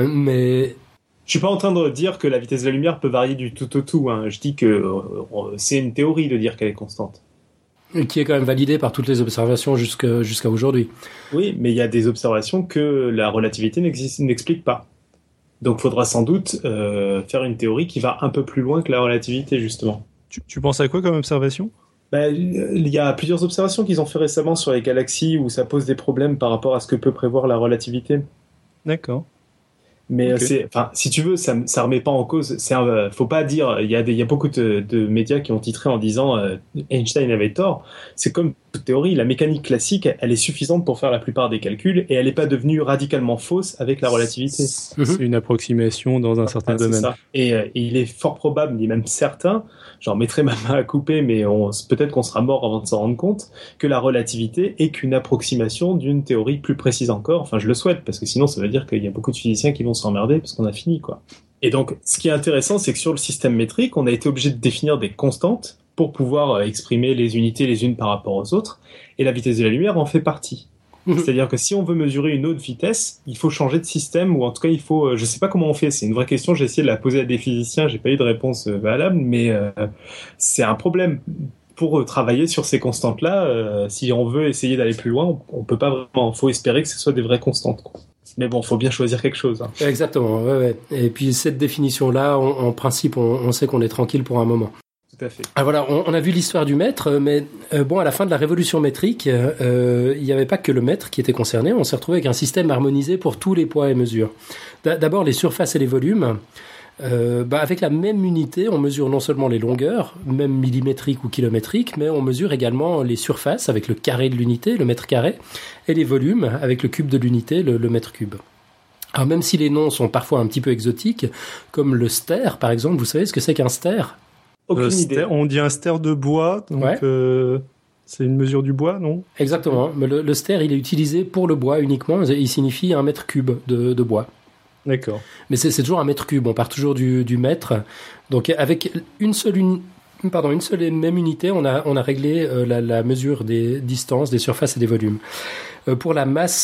C: mais.
A: Je suis pas en train de dire que la vitesse de la lumière peut varier du tout au tout. Hein. Je dis que euh, c'est une théorie de dire qu'elle est constante.
C: Qui est quand même validée par toutes les observations jusqu'à, jusqu'à aujourd'hui.
A: Oui, mais il y a des observations que la relativité n'explique pas. Donc il faudra sans doute euh, faire une théorie qui va un peu plus loin que la relativité, justement.
B: Tu, tu penses à quoi comme observation ?
A: Ben, il y a plusieurs observations qu'ils ont fait récemment sur les galaxies où ça pose des problèmes par rapport à ce que peut prévoir la relativité.
B: D'accord.
A: Mais
B: okay.
A: c'est, enfin, si tu veux, ça, ça remet pas en cause. C'est, un, faut pas dire. Il y a des, il y a beaucoup de, de médias qui ont titré en disant euh, Einstein avait tort. C'est comme toute théorie. La mécanique classique, elle est suffisante pour faire la plupart des calculs et elle n'est pas devenue radicalement fausse avec la relativité.
B: C'est une approximation dans un certain
A: ah,
B: domaine.
A: Ça. Et, euh, et il est fort probable, il est même certain. J'en mettrai ma main à couper, mais on, peut-être qu'on sera mort avant de s'en rendre compte que la relativité est qu'une approximation d'une théorie plus précise encore. Enfin, je le souhaite, parce que sinon, ça veut dire qu'il y a beaucoup de physiciens qui vont s'emmerder parce qu'on a fini, quoi. Et donc, ce qui est intéressant, c'est que sur le système métrique, on a été obligé de définir des constantes pour pouvoir exprimer les unités les unes par rapport aux autres, et la vitesse de la lumière en fait partie. C'est-à-dire que si on veut mesurer une autre vitesse, il faut changer de système, ou en tout cas, il faut, je sais pas comment on fait, c'est une vraie question, j'ai essayé de la poser à des physiciens, j'ai pas eu de réponse valable, mais euh, c'est un problème. Pour travailler sur ces constantes-là, euh, si on veut essayer d'aller plus loin, on, on peut pas vraiment, faut espérer que ce soit des vraies constantes, quoi. Mais bon, faut bien choisir quelque chose. Hein.
C: Exactement, ouais, ouais. Et puis cette définition-là, on, en principe, on, on sait qu'on est tranquille pour un moment.
A: Tout à fait.
C: Ah, voilà, on, on a vu l'histoire du mètre, mais euh, bon, à la fin de la révolution métrique, euh, il n'y avait pas que le mètre qui était concerné. On s'est retrouvé avec un système harmonisé pour tous les poids et mesures. D'abord, les surfaces et les volumes. Euh, bah, avec la même unité, on mesure non seulement les longueurs, même millimétriques ou kilométriques, mais on mesure également les surfaces avec le carré de l'unité, le mètre carré, et les volumes avec le cube de l'unité, le, le mètre cube. Alors même si les noms sont parfois un petit peu exotiques, comme le stère par exemple, vous savez ce que c'est qu'un stère ?
A: Aucune
B: euh,
A: idée.
B: On dit un stère de bois, donc
C: ouais.
B: euh, c'est une mesure du bois, non ?
C: Exactement, mais le, le stère il est utilisé pour le bois uniquement, il signifie un mètre cube de, de bois.
B: D'accord.
C: Mais c'est, c'est toujours un mètre cube, on part toujours du, du mètre. Donc avec une seule, une, pardon, une seule et même unité, on a, on a réglé euh, la, la mesure des distances, des surfaces et des volumes. Euh, pour la masse,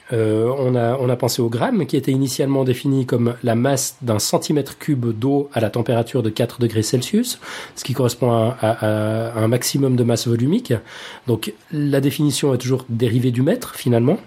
C: Euh, on a, on a pensé au gramme, qui était initialement défini comme la masse d'un centimètre cube d'eau à la température de quatre degrés Celsius, ce qui correspond à, à, à un maximum de masse volumique. Donc la définition est toujours dérivée du mètre, finalement.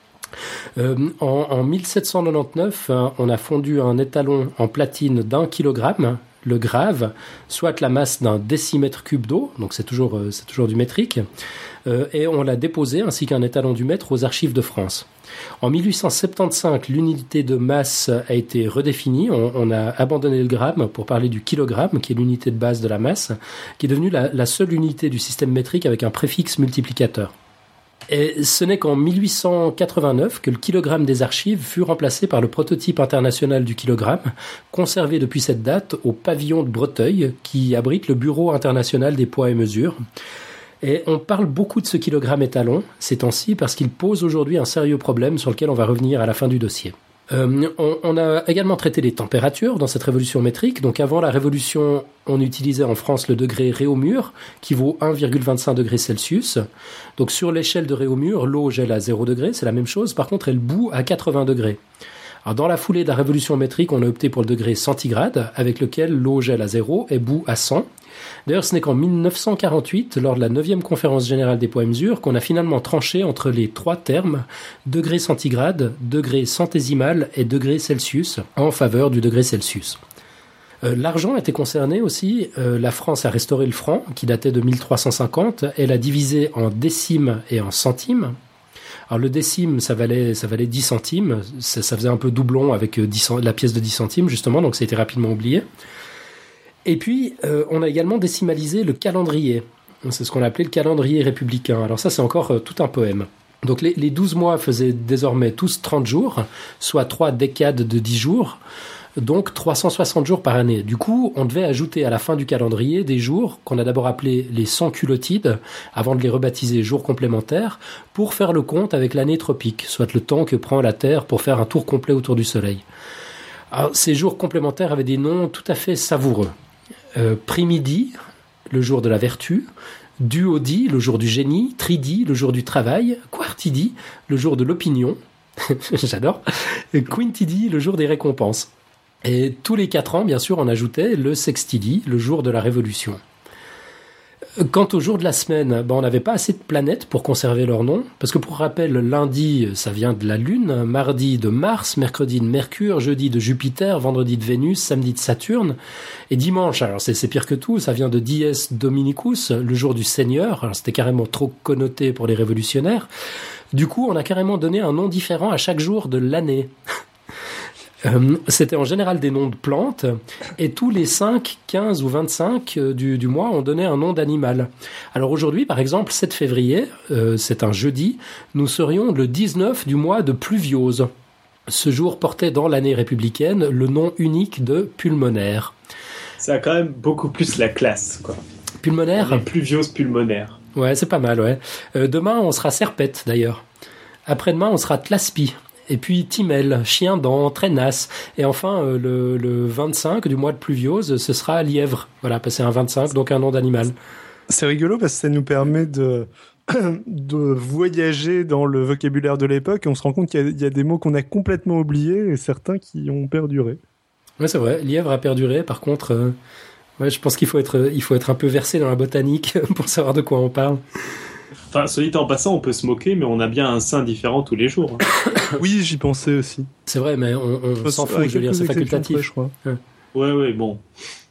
C: Euh, en, en mille sept cent quatre-vingt-dix-neuf, hein, on a fondu un étalon en platine d'un kilogramme, le grave, soit la masse d'un décimètre cube d'eau, donc c'est toujours, euh, c'est toujours du métrique, euh, et on l'a déposé, ainsi qu'un étalon du mètre, aux archives de France. En mille huit cent soixante-quinze, l'unité de masse a été redéfinie, on, on a abandonné le gramme pour parler du kilogramme, qui est l'unité de base de la masse, qui est devenue la, la seule unité du système métrique avec un préfixe multiplicateur. Et ce n'est qu'en mille huit cent quatre-vingt-neuf que le kilogramme des archives fut remplacé par le prototype international du kilogramme, conservé depuis cette date au pavillon de Breteuil, qui abrite le Bureau international des poids et mesures. Et on parle beaucoup de ce kilogramme étalon ces temps-ci parce qu'il pose aujourd'hui un sérieux problème sur lequel on va revenir à la fin du dossier. Euh, on, on a également traité les températures dans cette révolution métrique. Donc avant la révolution, on utilisait en France le degré Réaumur, qui vaut un virgule vingt-cinq degrés Celsius. Donc sur l'échelle de Réaumur, l'eau gèle à zéro degré, c'est la même chose. Par contre, elle bout à quatre-vingts degrés. Alors dans la foulée de la révolution métrique, on a opté pour le degré centigrade, avec lequel l'eau gèle à zéro et bout à cent. D'ailleurs, ce n'est qu'en mille neuf cent quarante-huit, lors de la neuvième conférence générale des poids et mesures, qu'on a finalement tranché entre les trois termes, degré centigrade, degré centésimal et degré Celsius, en faveur du degré Celsius. Euh, l'argent était concerné aussi. Euh, la France a restauré le franc, qui datait de mille trois cent cinquante. Elle a divisé en décimes et en centimes. Alors le décime, ça valait, ça valait dix centimes. Ça, ça faisait un peu doublon avec dix, la pièce de dix centimes, justement, donc ça a été rapidement oublié. Et puis, euh, on a également décimalisé le calendrier. C'est ce qu'on appelait le calendrier républicain. Alors ça, c'est encore euh, tout un poème. Donc les, les douze mois faisaient désormais tous trente jours, soit trois décades de dix jours, donc trois cent soixante jours par année. Du coup, on devait ajouter à la fin du calendrier des jours qu'on a d'abord appelés les sans-culottides, avant de les rebaptiser jours complémentaires, pour faire le compte avec l'année tropique, soit le temps que prend la Terre pour faire un tour complet autour du Soleil. Alors, ces jours complémentaires avaient des noms tout à fait savoureux. Euh, Primidi, le jour de la vertu, Duodi, le jour du génie, Tridi, le jour du travail, Quartidi, le jour de l'opinion, j'adore, et Quintidi, le jour des récompenses. Et tous les quatre ans, bien sûr, on ajoutait le Sextidi, le jour de la révolution. Quant au jour de la semaine, ben on n'avait pas assez de planètes pour conserver leur nom, parce que pour rappel, lundi, ça vient de la Lune, mardi de Mars, mercredi de Mercure, jeudi de Jupiter, vendredi de Vénus, samedi de Saturne, et dimanche, alors c'est, c'est pire que tout, ça vient de Dies Dominicus, le jour du Seigneur, alors c'était carrément trop connoté pour les révolutionnaires. Du coup, on a carrément donné un nom différent à chaque jour de l'année. Euh, c'était en général des noms de plantes, et tous les cinq, quinze ou vingt-cinq du, du mois, on donnait un nom d'animal. Alors aujourd'hui, par exemple, sept février, euh, c'est un jeudi, nous serions le dix-neuf du mois de Pluviose. Ce jour portait dans l'année républicaine le nom unique de pulmonaire.
A: Ça a quand même beaucoup plus la classe, quoi.
C: Pulmonaire ?
A: Pluviose pulmonaire.
C: Ouais, c'est pas mal, ouais. Euh, demain, on sera serpette, d'ailleurs. Après-demain, on sera tlaspi. Et puis Timel, chien-dent, traînasse. Et enfin, euh, le, le vingt-cinq du mois de Pluviose, ce sera lièvre. Voilà, passer un vingt-cinq, donc un nom d'animal.
B: C'est rigolo parce que ça nous permet de, de voyager dans le vocabulaire de l'époque et on se rend compte qu'il y a, il y a des mots qu'on a complètement oubliés et certains qui ont perduré.
C: Ouais, c'est vrai, lièvre a perduré. Par contre, euh, ouais, je pense qu'il faut être, il faut être un peu versé dans la botanique pour savoir de quoi on parle.
A: Enfin, soit dit en passant, on peut se moquer, mais on a bien un sein différent tous les jours. Hein.
B: Oui, j'y pensais aussi.
C: C'est vrai, mais on, on
B: Faut
C: s'en
B: se-
C: fout, je veux dire, c'est
B: quelques
C: facultatif.
B: exceptions près, je crois.
A: Ouais, ouais, bon.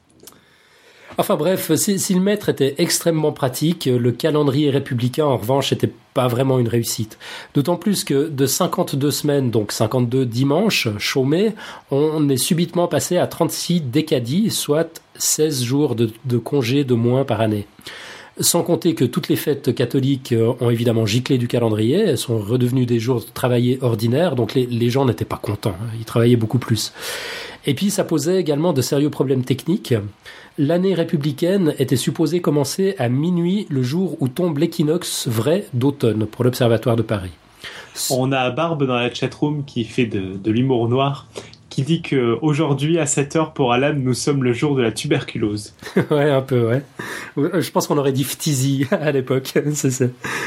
C: Enfin bref, si, si le maître était extrêmement pratique, le calendrier républicain, en revanche, n'était pas vraiment une réussite. D'autant plus que de cinquante-deux semaines, donc cinquante-deux dimanches, chômés, on est subitement passé à trente-six décadis, soit seize jours de, de congés de moins par année. Sans compter que toutes les fêtes catholiques ont évidemment giclé du calendrier, elles sont redevenues des jours travaillés ordinaires, donc les, les gens n'étaient pas contents, ils travaillaient beaucoup plus. Et puis ça posait également de sérieux problèmes techniques. L'année républicaine était supposée commencer à minuit le jour où tombe l'équinoxe vrai d'automne pour l'Observatoire de Paris.
A: On a Barbe dans la chatroom qui fait de, de l'humour noir, qui dit qu'aujourd'hui à sept heures pour Alan, nous sommes le jour de la tuberculose.
C: Ouais, un peu, ouais. Je pense qu'on aurait dit phtisie à l'époque, c'est ça.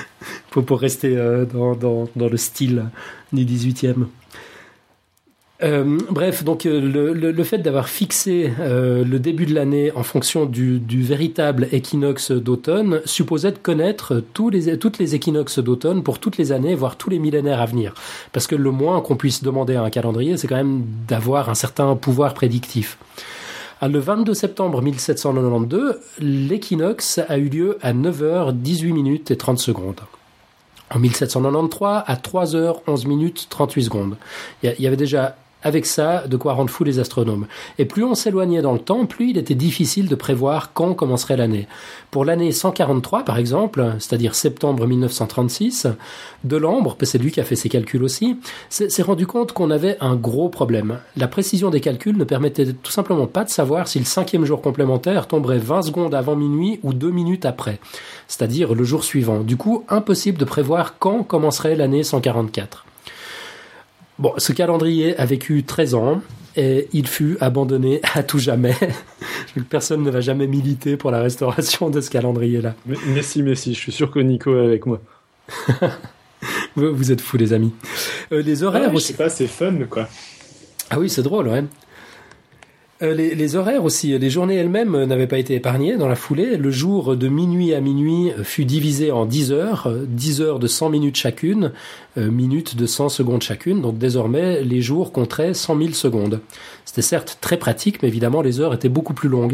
C: pour, pour rester euh, dans, dans, dans le style du dix-huitième. Euh, bref, donc euh, le, le, le fait d'avoir fixé euh, le début de l'année en fonction du, du véritable équinoxe d'automne supposait de connaître tous les, toutes les équinoxes d'automne pour toutes les années, voire tous les millénaires à venir. Parce que le moins qu'on puisse demander à un calendrier, c'est quand même d'avoir un certain pouvoir prédictif. Alors, le vingt-deux septembre mille sept cent quatre-vingt-douze, l'équinoxe a eu lieu à neuf heures dix-huit minutes et trente secondes. En mille sept cent quatre-vingt-treize, à trois heures onze minutes trente-huit secondes. Il y avait déjà avec ça de quoi rendre fou les astronomes. Et plus on s'éloignait dans le temps, plus il était difficile de prévoir quand commencerait l'année. Pour l'année cent quarante-trois, par exemple, c'est-à-dire septembre mille neuf cent trente-six, Delambre, c'est lui qui a fait ses calculs aussi, s'est rendu compte qu'on avait un gros problème. La précision des calculs ne permettait tout simplement pas de savoir si le cinquième jour complémentaire tomberait vingt secondes avant minuit ou deux minutes après, c'est-à-dire le jour suivant. Du coup, impossible de prévoir quand commencerait l'année cent quarante-quatre. Bon, ce calendrier a vécu treize ans et il fut abandonné à tout jamais. Personne ne va jamais militer pour la restauration de ce calendrier-là.
B: Mais, mais si, mais si, je suis sûr que Nico est avec moi.
C: vous, vous êtes fous, les amis. Euh, les horaires
A: ouais,
C: aussi.
A: Je sais pas, c'est fun, quoi.
C: Ah oui, c'est drôle, ouais. Euh, les, les horaires aussi, les journées elles-mêmes n'avaient pas été épargnées dans la foulée. Le jour de minuit à minuit fut divisé en dix heures, dix heures de cent minutes chacune, euh, minutes de cent secondes chacune. Donc désormais, les jours comptaient cent mille secondes. C'était certes très pratique, mais évidemment, les heures étaient beaucoup plus longues.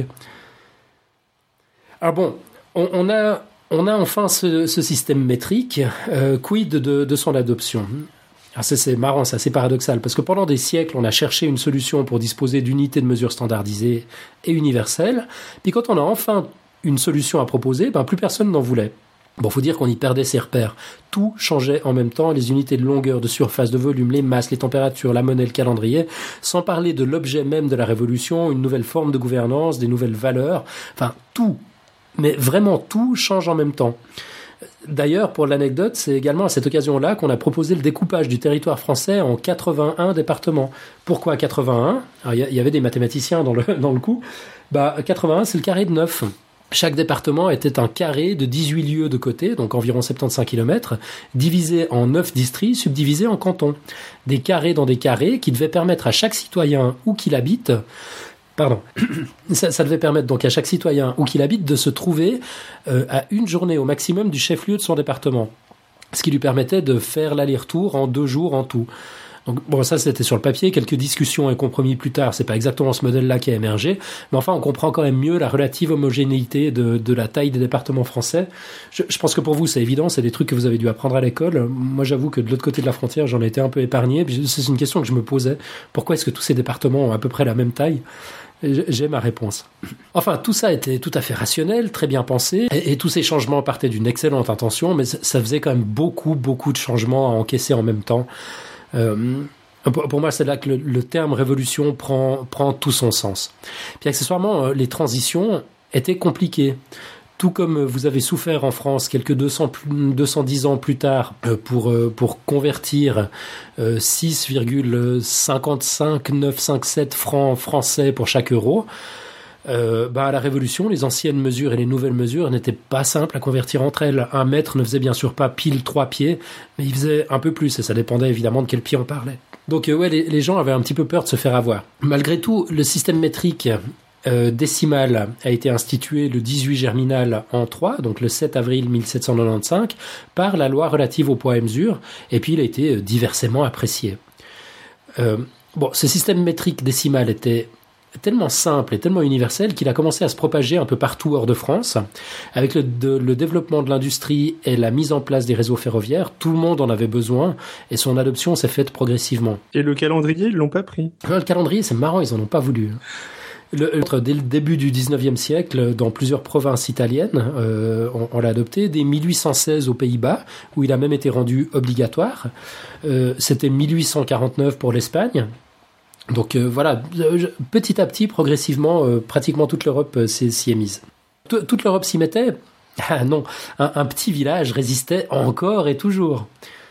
C: Alors bon, on, on a, on a enfin ce, ce système métrique. Euh, quid de, de son adoption ? Alors c'est, c'est marrant, c'est assez paradoxal, parce que pendant des siècles, on a cherché une solution pour disposer d'unités de mesure standardisées et universelles, puis quand on a enfin une solution à proposer, ben plus personne n'en voulait. Bon, faut dire qu'on y perdait ses repères. Tout changeait en même temps, les unités de longueur, de surface, de volume, les masses, les températures, la monnaie, le calendrier, sans parler de l'objet même de la révolution, une nouvelle forme de gouvernance, des nouvelles valeurs, enfin tout, mais vraiment tout change en même temps. D'ailleurs, pour l'anecdote, c'est également à cette occasion-là qu'on a proposé le découpage du territoire français en quatre-vingt-un départements. Pourquoi quatre-vingt-un ? Alors, il y avait des mathématiciens dans le, dans le coup. Bah, quatre-vingt-un, c'est le carré de neuf. Chaque département était un carré de dix-huit lieues de côté, donc environ soixante-quinze kilomètres, divisé en neuf districts, subdivisés en cantons. Des carrés dans des carrés qui devaient permettre à chaque citoyen où qu'il habite... Pardon. Ça, ça devait permettre donc à chaque citoyen où qu'il habite de se trouver euh, à une journée au maximum du chef-lieu de son département. Ce qui lui permettait de faire l'aller-retour en deux jours en tout. Donc, bon, ça c'était sur le papier, quelques discussions et compromis plus tard, c'est pas exactement ce modèle-là qui a émergé, mais enfin on comprend quand même mieux la relative homogénéité de, de la taille des départements français. Je, je pense que pour vous c'est évident, c'est des trucs que vous avez dû apprendre à l'école. Moi j'avoue que de l'autre côté de la frontière j'en ai été un peu épargné, c'est une question que je me posais. Pourquoi est-ce que tous ces départements ont à peu près la même taille ? J'ai ma réponse. Enfin, tout ça était tout à fait rationnel, très bien pensé, et, et tous ces changements partaient d'une excellente intention, mais ça, ça faisait quand même beaucoup, beaucoup de changements à encaisser en même temps. Euh, pour, pour moi, c'est là que le, le terme révolution prend, prend tout son sens. Puis accessoirement, les transitions étaient compliquées. Tout comme vous avez souffert en France quelques deux cents, deux cent dix ans plus tard pour, pour convertir six virgule cinquante-cinq neuf cent cinquante-sept francs français pour chaque euro, euh, bah à la Révolution, les anciennes mesures et les nouvelles mesures n'étaient pas simples à convertir entre elles. Un mètre ne faisait bien sûr pas pile trois pieds, mais il faisait un peu plus, et ça dépendait évidemment de quel pied on parlait. Donc euh, ouais, les, les gens avaient un petit peu peur de se faire avoir. Malgré tout, le système métrique Euh, décimal a été institué le dix-huit germinal en trois, donc le sept avril mille sept cent quatre-vingt-quinze, par la loi relative au poids et mesure, et puis il a été diversement apprécié. Euh, bon, ce système métrique décimal était tellement simple et tellement universel qu'il a commencé à se propager un peu partout hors de France. Avec le, de, le développement de l'industrie et la mise en place des réseaux ferroviaires, tout le monde en avait besoin et son adoption s'est faite progressivement.
B: Et le calendrier, ils l'ont pas pris.
C: Le calendrier, c'est marrant, ils en ont pas voulu. Le, dès le début du dix-neuvième siècle, dans plusieurs provinces italiennes, euh, on, on l'a adopté. Dès mille huit cent seize aux Pays-Bas, où il a même été rendu obligatoire. Euh, c'était mille huit cent quarante-neuf pour l'Espagne. Donc euh, voilà, petit à petit, progressivement, euh, pratiquement toute l'Europe euh, s'y est mise. T- toute l'Europe s'y mettait. Ah non, un, un petit village résistait encore et toujours.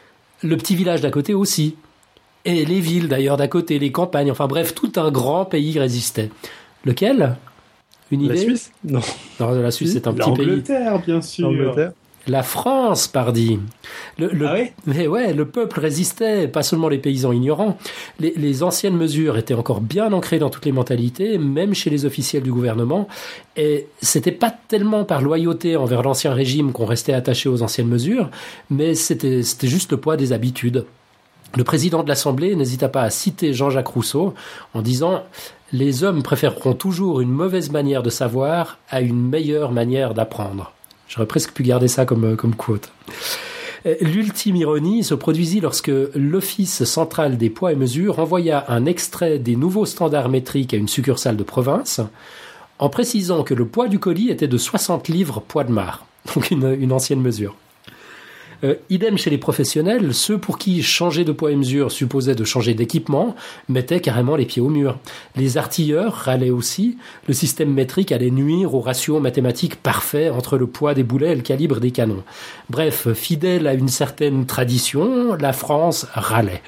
C: Le petit village d'à côté aussi. Et les villes d'ailleurs d'à côté, les campagnes, enfin bref, tout un grand pays résistait. Lequel ? Une idée ?
B: La Suisse ? Non.
C: Non, la Suisse, c'est un petit pays.
A: L'Angleterre, bien sûr.
B: L'Angleterre.
C: La France, pardi. Le, le,
A: ah ouais
C: mais ouais, le peuple résistait, pas seulement les paysans ignorants. Les, les anciennes mesures étaient encore bien ancrées dans toutes les mentalités, même chez les officiels du gouvernement. Et c'était pas tellement par loyauté envers l'ancien régime qu'on restait attaché aux anciennes mesures, mais c'était, c'était juste le poids des habitudes. Le président de l'Assemblée n'hésita pas à citer Jean-Jacques Rousseau en disant « Les hommes préféreront toujours une mauvaise manière de savoir à une meilleure manière d'apprendre ». J'aurais presque pu garder ça comme, comme quote. L'ultime ironie se produisit lorsque l'Office central des poids et mesures envoya un extrait des nouveaux standards métriques à une succursale de province en précisant que le poids du colis était de soixante livres poids de marc, donc une, une ancienne mesure. Euh, idem chez les professionnels, ceux pour qui changer de poids et mesure supposait de changer d'équipement mettaient carrément les pieds au mur. Les artilleurs râlaient aussi, le système métrique allait nuire au ratio mathématique parfait entre le poids des boulets et le calibre des canons. Bref, fidèle à une certaine tradition, la France râlait.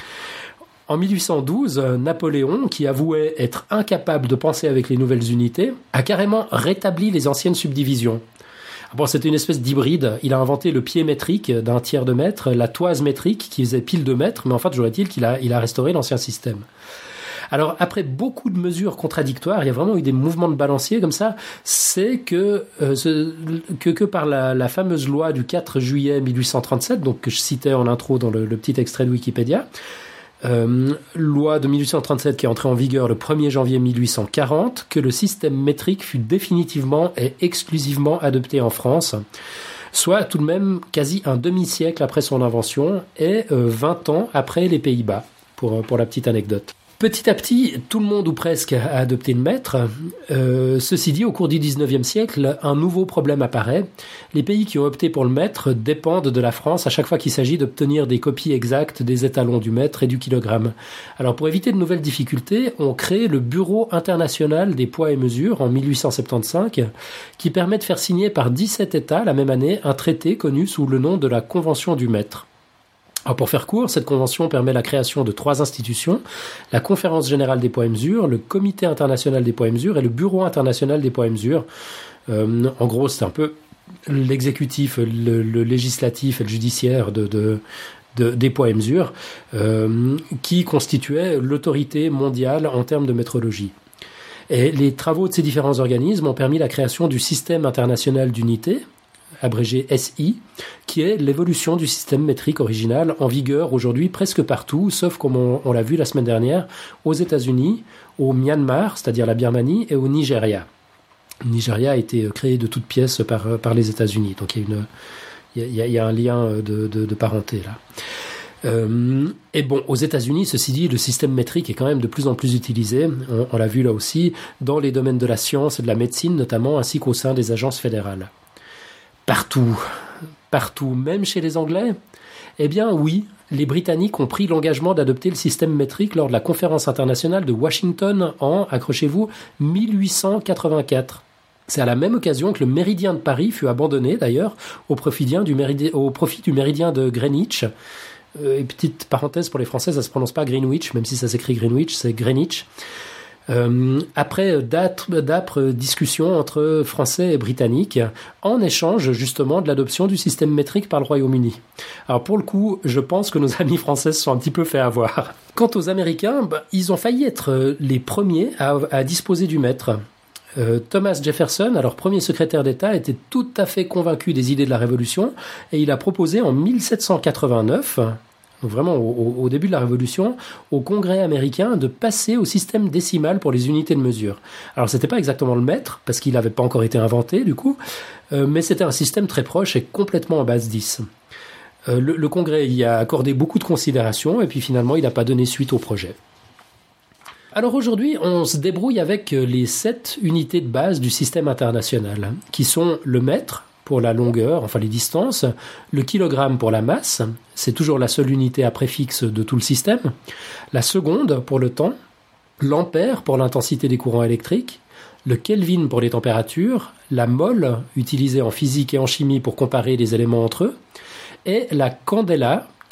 C: En mille huit cent douze, Napoléon, qui avouait être incapable de penser avec les nouvelles unités, a carrément rétabli les anciennes subdivisions. Bon, c'était une espèce d'hybride. Il a inventé le pied métrique d'un tiers de mètre, la toise métrique qui faisait pile de mètres, mais en fait, j'aurais-il qu'il a, il a restauré l'ancien système. Alors, après beaucoup de mesures contradictoires, il y a vraiment eu des mouvements de balancier comme ça, c'est que, euh, ce, que, que par la, la fameuse loi du quatre juillet mille huit cent trente-sept, donc que je citais en intro dans le, le petit extrait de Wikipédia, Euh, loi de mille huit cent trente-sept qui est entrée en vigueur le premier janvier mille huit cent quarante, que le système métrique fut définitivement et exclusivement adopté en France, soit tout de même quasi un demi-siècle après son invention et euh, vingt ans après les Pays-Bas, pour, pour la petite anecdote. Petit à petit, tout le monde ou presque a adopté le mètre. Euh, ceci dit, au cours du dix-neuvième siècle, un nouveau problème apparaît. Les pays qui ont opté pour le mètre dépendent de la France à chaque fois qu'il s'agit d'obtenir des copies exactes des étalons du mètre et du kilogramme. Alors pour éviter de nouvelles difficultés, on crée le Bureau international des poids et mesures en mille huit cent soixante-quinze, qui permet de faire signer par dix-sept États la même année un traité connu sous le nom de la Convention du mètre. Alors pour faire court, cette convention permet la création de trois institutions, la Conférence générale des poids et mesures, le Comité international des poids et mesures et le Bureau international des poids et mesures. Euh, en gros, c'est un peu l'exécutif, le, le législatif et le judiciaire de, de, de, des poids et mesures, euh, qui constituaient l'autorité mondiale en termes de métrologie. Et les travaux de ces différents organismes ont permis la création du Système international d'unité, abrégé S I, qui est l'évolution du système métrique original en vigueur aujourd'hui presque partout, sauf comme on, on l'a vu la semaine dernière, aux États-Unis, au Myanmar, c'est-à-dire la Birmanie, et au Nigeria. Le Nigeria a été créé de toutes pièces par, par les États-Unis, donc il y a, une, il y a, il y a un lien de, de, de parenté là. Euh, et bon, aux États-Unis, ceci dit, le système métrique est quand même de plus en plus utilisé, on, on l'a vu là aussi, dans les domaines de la science et de la médecine notamment, ainsi qu'au sein des agences fédérales. Partout, partout, même chez les Anglais ? Eh bien oui, les Britanniques ont pris l'engagement d'adopter le système métrique lors de la conférence internationale de Washington en, accrochez-vous, mille huit cent quatre-vingt-quatre. C'est à la même occasion que le méridien de Paris fut abandonné d'ailleurs au profit du méridien, au profit du méridien de Greenwich. Euh, et petite parenthèse pour les Français, ça se prononce pas Greenwich, même si ça s'écrit Greenwich, c'est Greenwich. Euh, après d'âpres discussions entre Français et Britanniques, en échange justement de l'adoption du système métrique par le Royaume-Uni. Alors pour le coup, je pense que nos amis français se sont un petit peu fait avoir. Quant aux Américains, bah, ils ont failli être les premiers à, à disposer du mètre. Euh, Thomas Jefferson, alors premier secrétaire d'État, était tout à fait convaincu des idées de la Révolution et il a proposé en mille sept cent quatre-vingt-neuf... donc vraiment au, au début de la Révolution, au Congrès américain de passer au système décimal pour les unités de mesure. Alors c'était pas exactement le mètre, parce qu'il n'avait pas encore été inventé du coup, euh, mais c'était un système très proche et complètement à base dix. Euh, le, le Congrès y a accordé beaucoup de considération, et puis finalement il n'a pas donné suite au projet. Alors aujourd'hui, on se débrouille avec les sept unités de base du système international, qui sont le mètre, pour la longueur, enfin les distances, le kilogramme pour la masse, c'est toujours la seule unité à préfixe de tout le système, la seconde pour le temps, l'ampère pour l'intensité des courants électriques, le kelvin pour les températures, la mole, utilisée en physique et en chimie pour comparer les éléments entre eux, et la candela,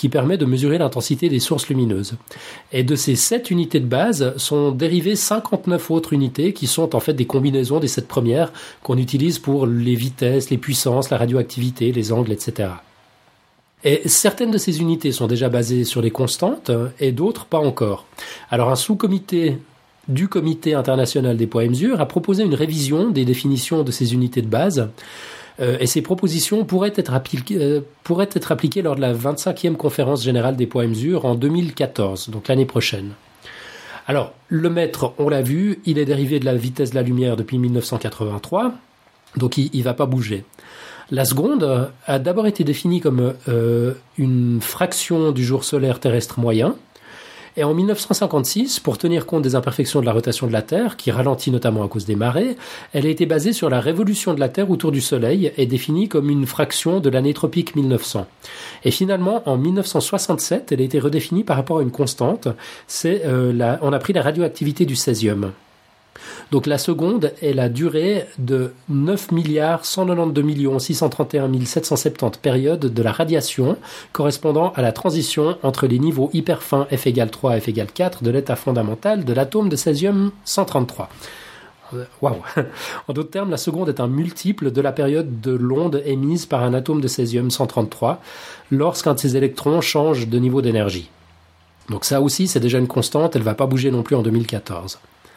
C: qui permet de mesurer l'intensité des sources lumineuses. Et de ces sept unités de base sont dérivées cinquante-neuf autres unités qui sont en fait des combinaisons des sept premières qu'on utilise pour les vitesses, les puissances, la radioactivité, les angles, et cetera. Et certaines de ces unités sont déjà basées sur des constantes et d'autres pas encore. Alors un sous-comité du Comité international des poids et mesures a proposé une révision des définitions de ces unités de base euh, et ces propositions pourraient être, appliquées, euh, pourraient être appliquées lors de la vingt-cinquième conférence générale des poids et mesures en deux mille quatorze, donc l'année prochaine. Alors, le mètre, on l'a vu, il est dérivé de la vitesse de la lumière depuis mille neuf cent quatre-vingt-trois, donc il ne va pas bouger. La seconde a d'abord été définie comme euh, une fraction du jour solaire terrestre moyen. Et en mille neuf cent cinquante-six, pour tenir compte des imperfections de la rotation de la Terre, qui ralentit notamment à cause des marées, elle a été basée sur la révolution de la Terre autour du Soleil et définie comme une fraction de l'année tropique mille neuf cents. Et finalement, en mille neuf cent soixante-sept, elle a été redéfinie par rapport à une constante. C'est, euh, la, on a pris la radioactivité du césium. Donc la seconde est la durée de neuf milliards cent quatre-vingt-douze millions six cent trente et un mille sept cent soixante-dix périodes de la radiation correspondant à la transition entre les niveaux hyper fins F égale trois et F égale quatre de l'état fondamental de l'atome de césium cent trente-trois. Waouh. En d'autres termes, la seconde est un multiple de la période de l'onde émise par un atome de césium cent trente-trois lorsqu'un de ses électrons change de niveau d'énergie. Donc ça aussi, c'est déjà une constante, elle ne va pas bouger non plus en deux mille quatorze.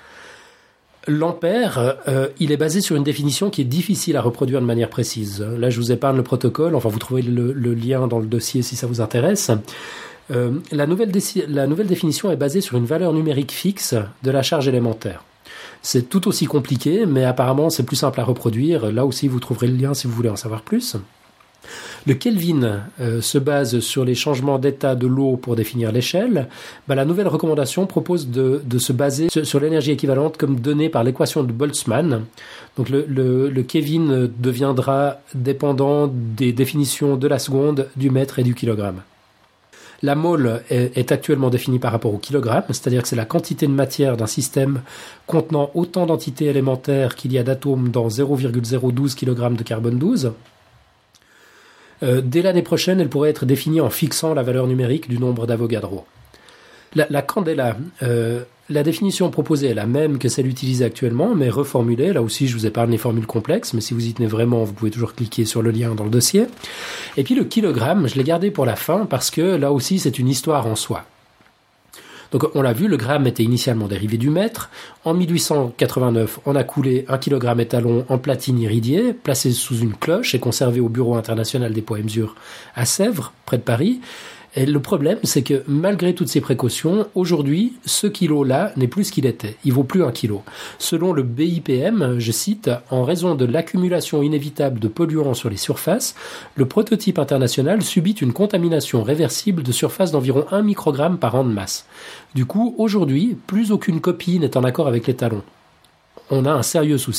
C: L'ampère, euh, il est basé sur une définition qui est difficile à reproduire de manière précise. Là, je vous épargne le protocole, enfin vous trouvez le, le lien dans le dossier si ça vous intéresse. Euh, la, nouvelle dé- la nouvelle définition est basée sur une valeur numérique fixe de la charge élémentaire. C'est tout aussi compliqué, mais apparemment c'est plus simple à reproduire. Là aussi, vous trouverez le lien si vous voulez en savoir plus. Le Kelvin euh, se base sur les changements d'état de l'eau pour définir l'échelle. Ben, la nouvelle recommandation propose de, de se baser sur, sur l'énergie équivalente comme donnée par l'équation de Boltzmann. Donc le, le, le Kelvin deviendra dépendant des définitions de la seconde, du mètre et du kilogramme. La mole est, est actuellement définie par rapport au kilogramme, c'est-à-dire que c'est la quantité de matière d'un système contenant autant d'entités élémentaires qu'il y a d'atomes dans zéro virgule zéro douze kilogrammes de carbone douze. Euh, dès l'année prochaine, elle pourrait être définie en fixant la valeur numérique du nombre d'Avogadro. La, la candela, euh, la définition proposée est la même que celle utilisée actuellement, mais reformulée. Là aussi, je vous épargne les formules complexes, mais si vous y tenez vraiment, vous pouvez toujours cliquer sur le lien dans le dossier. Et puis le kilogramme, je l'ai gardé pour la fin parce que là aussi, c'est une histoire en soi. Donc on l'a vu, le gramme était initialement dérivé du mètre. En mille huit cent quatre-vingt-neuf, on a coulé un kilogramme étalon en platine iridiée, placé sous une cloche et conservé au Bureau international des poids et mesures à Sèvres, près de Paris. Et le problème, c'est que malgré toutes ces précautions, aujourd'hui, ce kilo-là n'est plus ce qu'il était. Il vaut plus un kilo. Selon le B I P M, je cite, « En raison de l'accumulation inévitable de polluants sur les surfaces, le prototype international subit une contamination réversible de surface d'environ un microgramme par an de masse. Du coup, aujourd'hui, plus aucune copie n'est en accord avec les talons. On a un sérieux souci. »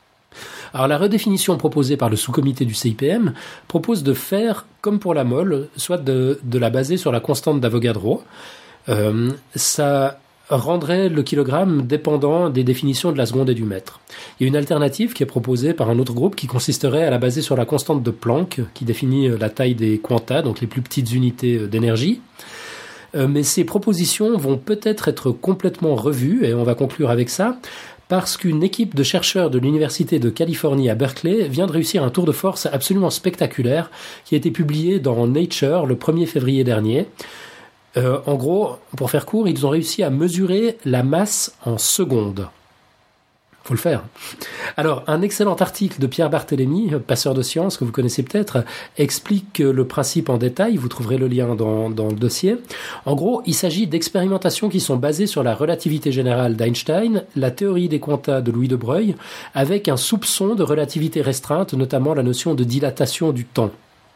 C: Alors la redéfinition proposée par le sous-comité du C I P M propose de faire comme pour la mole, soit de, de la baser sur la constante d'Avogadro. Euh, ça rendrait le kilogramme dépendant des définitions de la seconde et du mètre. Il y a une alternative qui est proposée par un autre groupe qui consisterait à la baser sur la constante de Planck, qui définit la taille des quanta, donc les plus petites unités d'énergie. Euh, mais ces propositions vont peut-être être complètement revues, et on va conclure avec ça, parce qu'une équipe de chercheurs de l'Université de Californie à Berkeley vient de réussir un tour de force absolument spectaculaire qui a été publié dans Nature le premier février dernier. Euh, en gros, pour faire court, ils ont réussi à mesurer la masse en secondes. Faut le faire. Alors, un excellent article de Pierre Barthélémy, passeur de sciences, que vous connaissez peut-être, explique le principe en détail. Vous trouverez le lien dans, dans le dossier. En gros, il s'agit d'expérimentations qui sont basées sur la relativité générale d'Einstein, la théorie des quantas de Louis de Broglie, avec un soupçon de relativité restreinte, notamment la notion de dilatation du temps.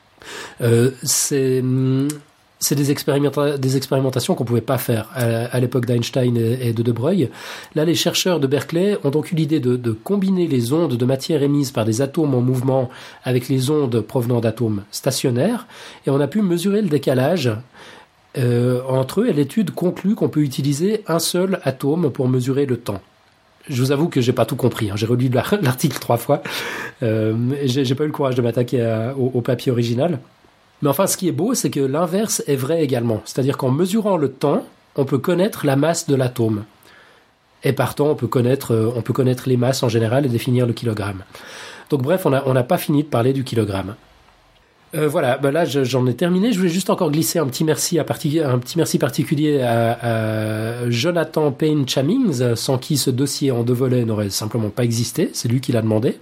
C: Euh, c'est... C'est des, expérimenta- des expérimentations qu'on ne pouvait pas faire à, à l'époque d'Einstein et, et de De Broglie. Là, les chercheurs de Berkeley ont donc eu l'idée de, de combiner les ondes de matière émises par des atomes en mouvement avec les ondes provenant d'atomes stationnaires, et on a pu mesurer le décalage euh, entre eux, et l'étude conclut qu'on peut utiliser un seul atome pour mesurer le temps. Je vous avoue que j'ai pas tout compris, hein. J'ai relu l'article trois fois, euh, j'ai, j'ai pas eu le courage de m'attaquer à, au, au papier original. Mais enfin, ce qui est beau, c'est que l'inverse est vrai également. C'est-à-dire qu'en mesurant le temps, on peut connaître la masse de l'atome. Et partant, on peut connaître, on peut connaître les masses en général et définir le kilogramme. Donc bref, on n'a on n'a pas fini de parler du kilogramme. Euh, voilà, ben là je, j'en ai terminé. Je voulais juste encore glisser un petit merci, à partic- un petit merci particulier à, à Jonathan Payne Chamings, sans qui ce dossier en deux volets n'aurait simplement pas existé. C'est lui qui l'a demandé.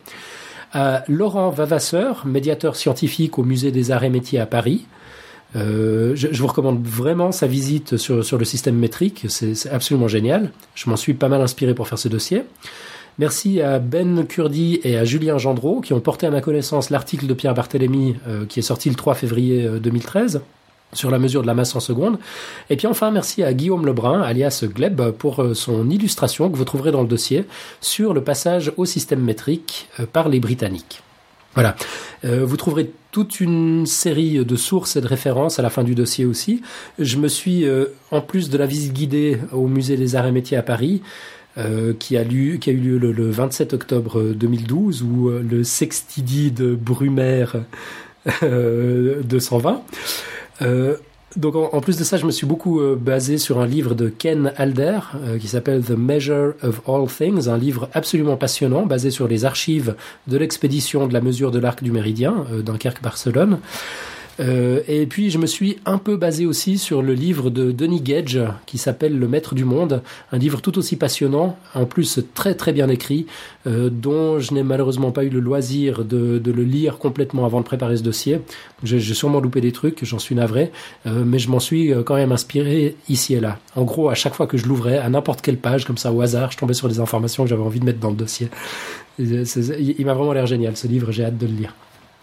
C: À Laurent Vavasseur, médiateur scientifique au Musée des Arts et Métiers à Paris. Euh, je, je vous recommande vraiment sa visite sur, sur le système métrique. C'est, c'est absolument génial. Je m'en suis pas mal inspiré pour faire ce dossier. Merci à Ben Kurdi et à Julien Gendreau qui ont porté à ma connaissance l'article de Pierre Barthélémy euh, qui est sorti le trois février deux mille treize sur la mesure de la masse en secondes. Et puis enfin, merci à Guillaume Lebrun, alias Gleb, pour son illustration que vous trouverez dans le dossier sur le passage au système métrique euh, par les Britanniques. Voilà. Euh, vous trouverez toute une série de sources et de références à la fin du dossier aussi. Je me suis, euh, en plus de la visite guidée au Musée des Arts et Métiers à Paris, Euh, qui, a lieu, qui a eu lieu le, le vingt-sept octobre deux mille douze, où euh, le sextidide Brumaire euh, deux cent vingt. Euh, donc en, en plus de ça, je me suis beaucoup euh, basé sur un livre de Ken Alder euh, qui s'appelle The Measure of All Things, un livre absolument passionnant basé sur les archives de l'expédition de la mesure de l'arc du Méridien, euh, Dunkerque-Barcelone. Euh, et puis je me suis un peu basé aussi sur le livre de Denis Gage qui s'appelle Le Maître du Monde, un livre tout aussi passionnant, en plus très très bien écrit, euh, dont je n'ai malheureusement pas eu le loisir de, de le lire complètement avant de préparer ce dossier. J'ai, j'ai sûrement loupé des trucs, j'en suis navré, euh, mais je m'en suis quand même inspiré ici et là. En gros, à chaque fois que je l'ouvrais, à n'importe quelle page, comme ça au hasard, je tombais sur des informations que j'avais envie de mettre dans le dossier. C'est, c'est, il m'a vraiment l'air génial ce livre, j'ai hâte de le lire.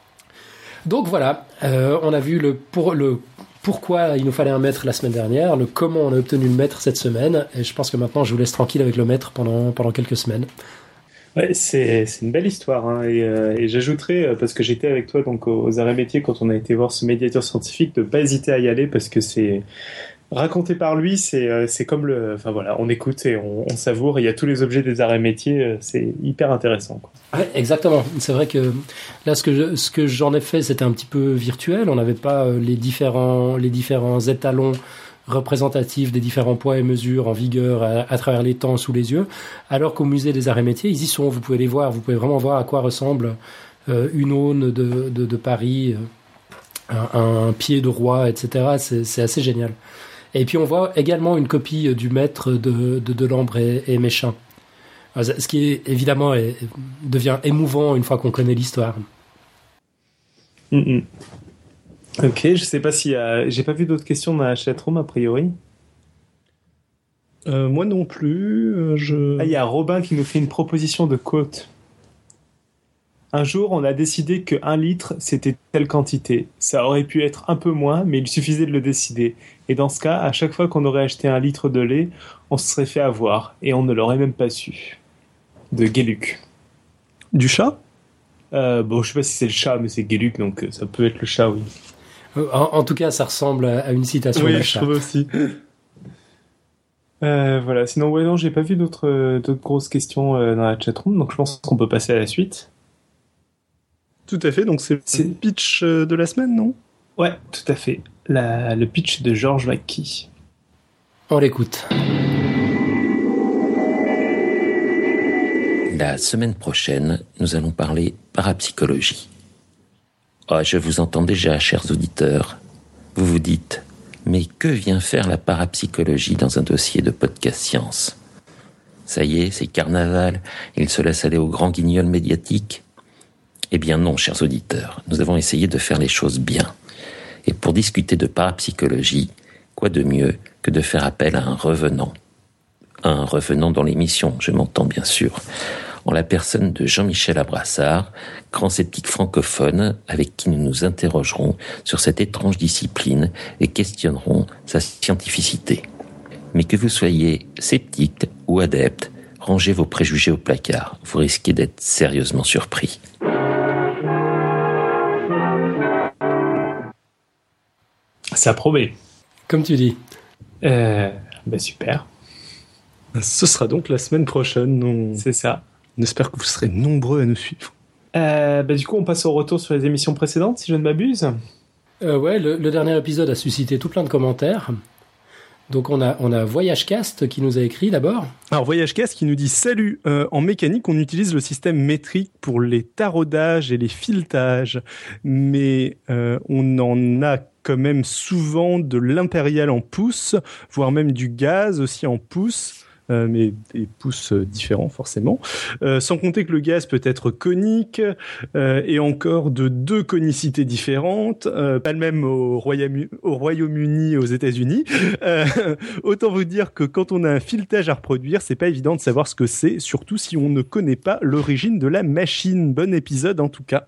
C: Donc voilà, euh, on a vu le, pour, le pourquoi il nous fallait un maître la semaine dernière, le comment on a obtenu le maître cette semaine, et je pense que maintenant je vous laisse tranquille avec le maître pendant, pendant quelques semaines.
A: Ouais, c'est, c'est une belle histoire, hein, et, euh, et j'ajouterais, parce que j'étais avec toi donc aux Arts et Métiers quand on a été voir ce médiateur scientifique, de ne pas hésiter à y aller parce que c'est... Raconté par lui, c'est, c'est comme le... Enfin voilà, on écoute et on, on savoure. Il y a tous les objets des arts et métiers, c'est hyper intéressant, quoi.
C: Ouais, exactement. C'est vrai que là, ce que, je, ce que j'en ai fait, c'était un petit peu virtuel. On n'avait pas les différents, les différents étalons représentatifs des différents poids et mesures en vigueur à, à travers les temps sous les yeux. Alors qu'au Musée des Arts et Métiers, ils y sont. Vous pouvez les voir. Vous pouvez vraiment voir à quoi ressemble euh, une aune de, de, de Paris, un, un pied de roi, et cetera. C'est, c'est assez génial. Et puis on voit également une copie du maître de, de Delambre et, et Méchain. Ce qui est, évidemment est, devient émouvant une fois qu'on connaît l'histoire.
A: Mm-hmm. Ok, je sais pas si euh, j'ai pas vu d'autres questions dans la chatroom a priori.
B: Euh, moi non plus. Euh, je...
A: Ah, il y a Robin qui nous fait une proposition de quote. Un jour, on a décidé que un litre, c'était telle quantité. Ça aurait pu être un peu moins, mais il suffisait de le décider. Et dans ce cas, à chaque fois qu'on aurait acheté un litre de lait, on se serait fait avoir, et on ne l'aurait même pas su. De Gueluc.
B: Du chat ?
A: euh, Bon, je sais pas si c'est le chat, mais c'est Gueluc, donc ça peut être le chat, oui.
C: En, en tout cas, ça ressemble à une citation
B: oui,
C: d'un
B: je
C: chat.
B: trouve aussi.
A: Euh, voilà. Sinon, ouais, non, j'ai pas vu d'autres, d'autres grosses questions euh, dans la chatroom, donc je pense qu'on peut passer à la suite.
B: Tout à fait, donc c'est, c'est... le pitch de la semaine, non ?
A: Ouais, tout à fait. La, le pitch de George McKee.
C: On l'écoute.
D: La semaine prochaine, nous allons parler parapsychologie. Oh, je vous entends déjà, chers auditeurs. Vous vous dites, mais que vient faire la parapsychologie dans un dossier de podcast science ? Ça y est, c'est carnaval, il se laisse aller au grand guignol médiatique ? Eh bien non, chers auditeurs, nous avons essayé de faire les choses bien. Et pour discuter de parapsychologie, quoi de mieux que de faire appel à un revenant ? Un revenant dans l'émission, je m'entends bien sûr, en la personne de Jean-Michel Abrassard, grand sceptique francophone avec qui nous nous interrogerons sur cette étrange discipline et questionnerons sa scientificité. Mais que vous soyez sceptique ou adepte, rangez vos préjugés au placard, vous risquez d'être sérieusement surpris.
A: Ça promet.
C: Comme tu dis.
A: Euh, bah super.
B: Ce sera donc la semaine prochaine. On...
A: C'est ça.
B: On espère que vous serez nombreux à nous suivre.
A: Euh, bah du coup, on passe au retour sur les émissions précédentes, si je ne m'abuse.
C: Euh, ouais, le, le dernier épisode a suscité tout plein de commentaires. Donc on a, on a VoyageCast qui nous a écrit d'abord.
B: Alors VoyageCast qui nous dit « Salut, euh, en mécanique, on utilise le système métrique pour les taraudages et les filetages, mais euh, on en a quand même souvent de l'impérial en pouces, voire même du gaz aussi en pouces. » Euh, mais des pouces différents forcément. Euh, sans compter que le gaz peut être conique euh, et encore de deux conicités différentes, euh, pas le même au, Royaume- au Royaume-Uni et aux États-Unis. Euh, autant vous dire que quand on a un filetage à reproduire, c'est pas évident de savoir ce que c'est, surtout si on ne connaît pas l'origine de la machine. Bon épisode en tout cas.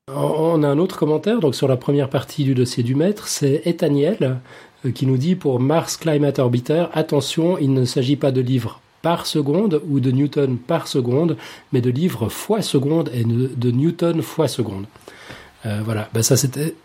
C: On a un autre commentaire donc sur la première partie du dossier du maître, c'est Ethaniel qui nous dit pour Mars Climate Orbiter, attention, il ne s'agit pas de livres par seconde ou de newton par seconde, mais de livres fois seconde et de newton fois seconde. Euh, voilà, ben ça c'était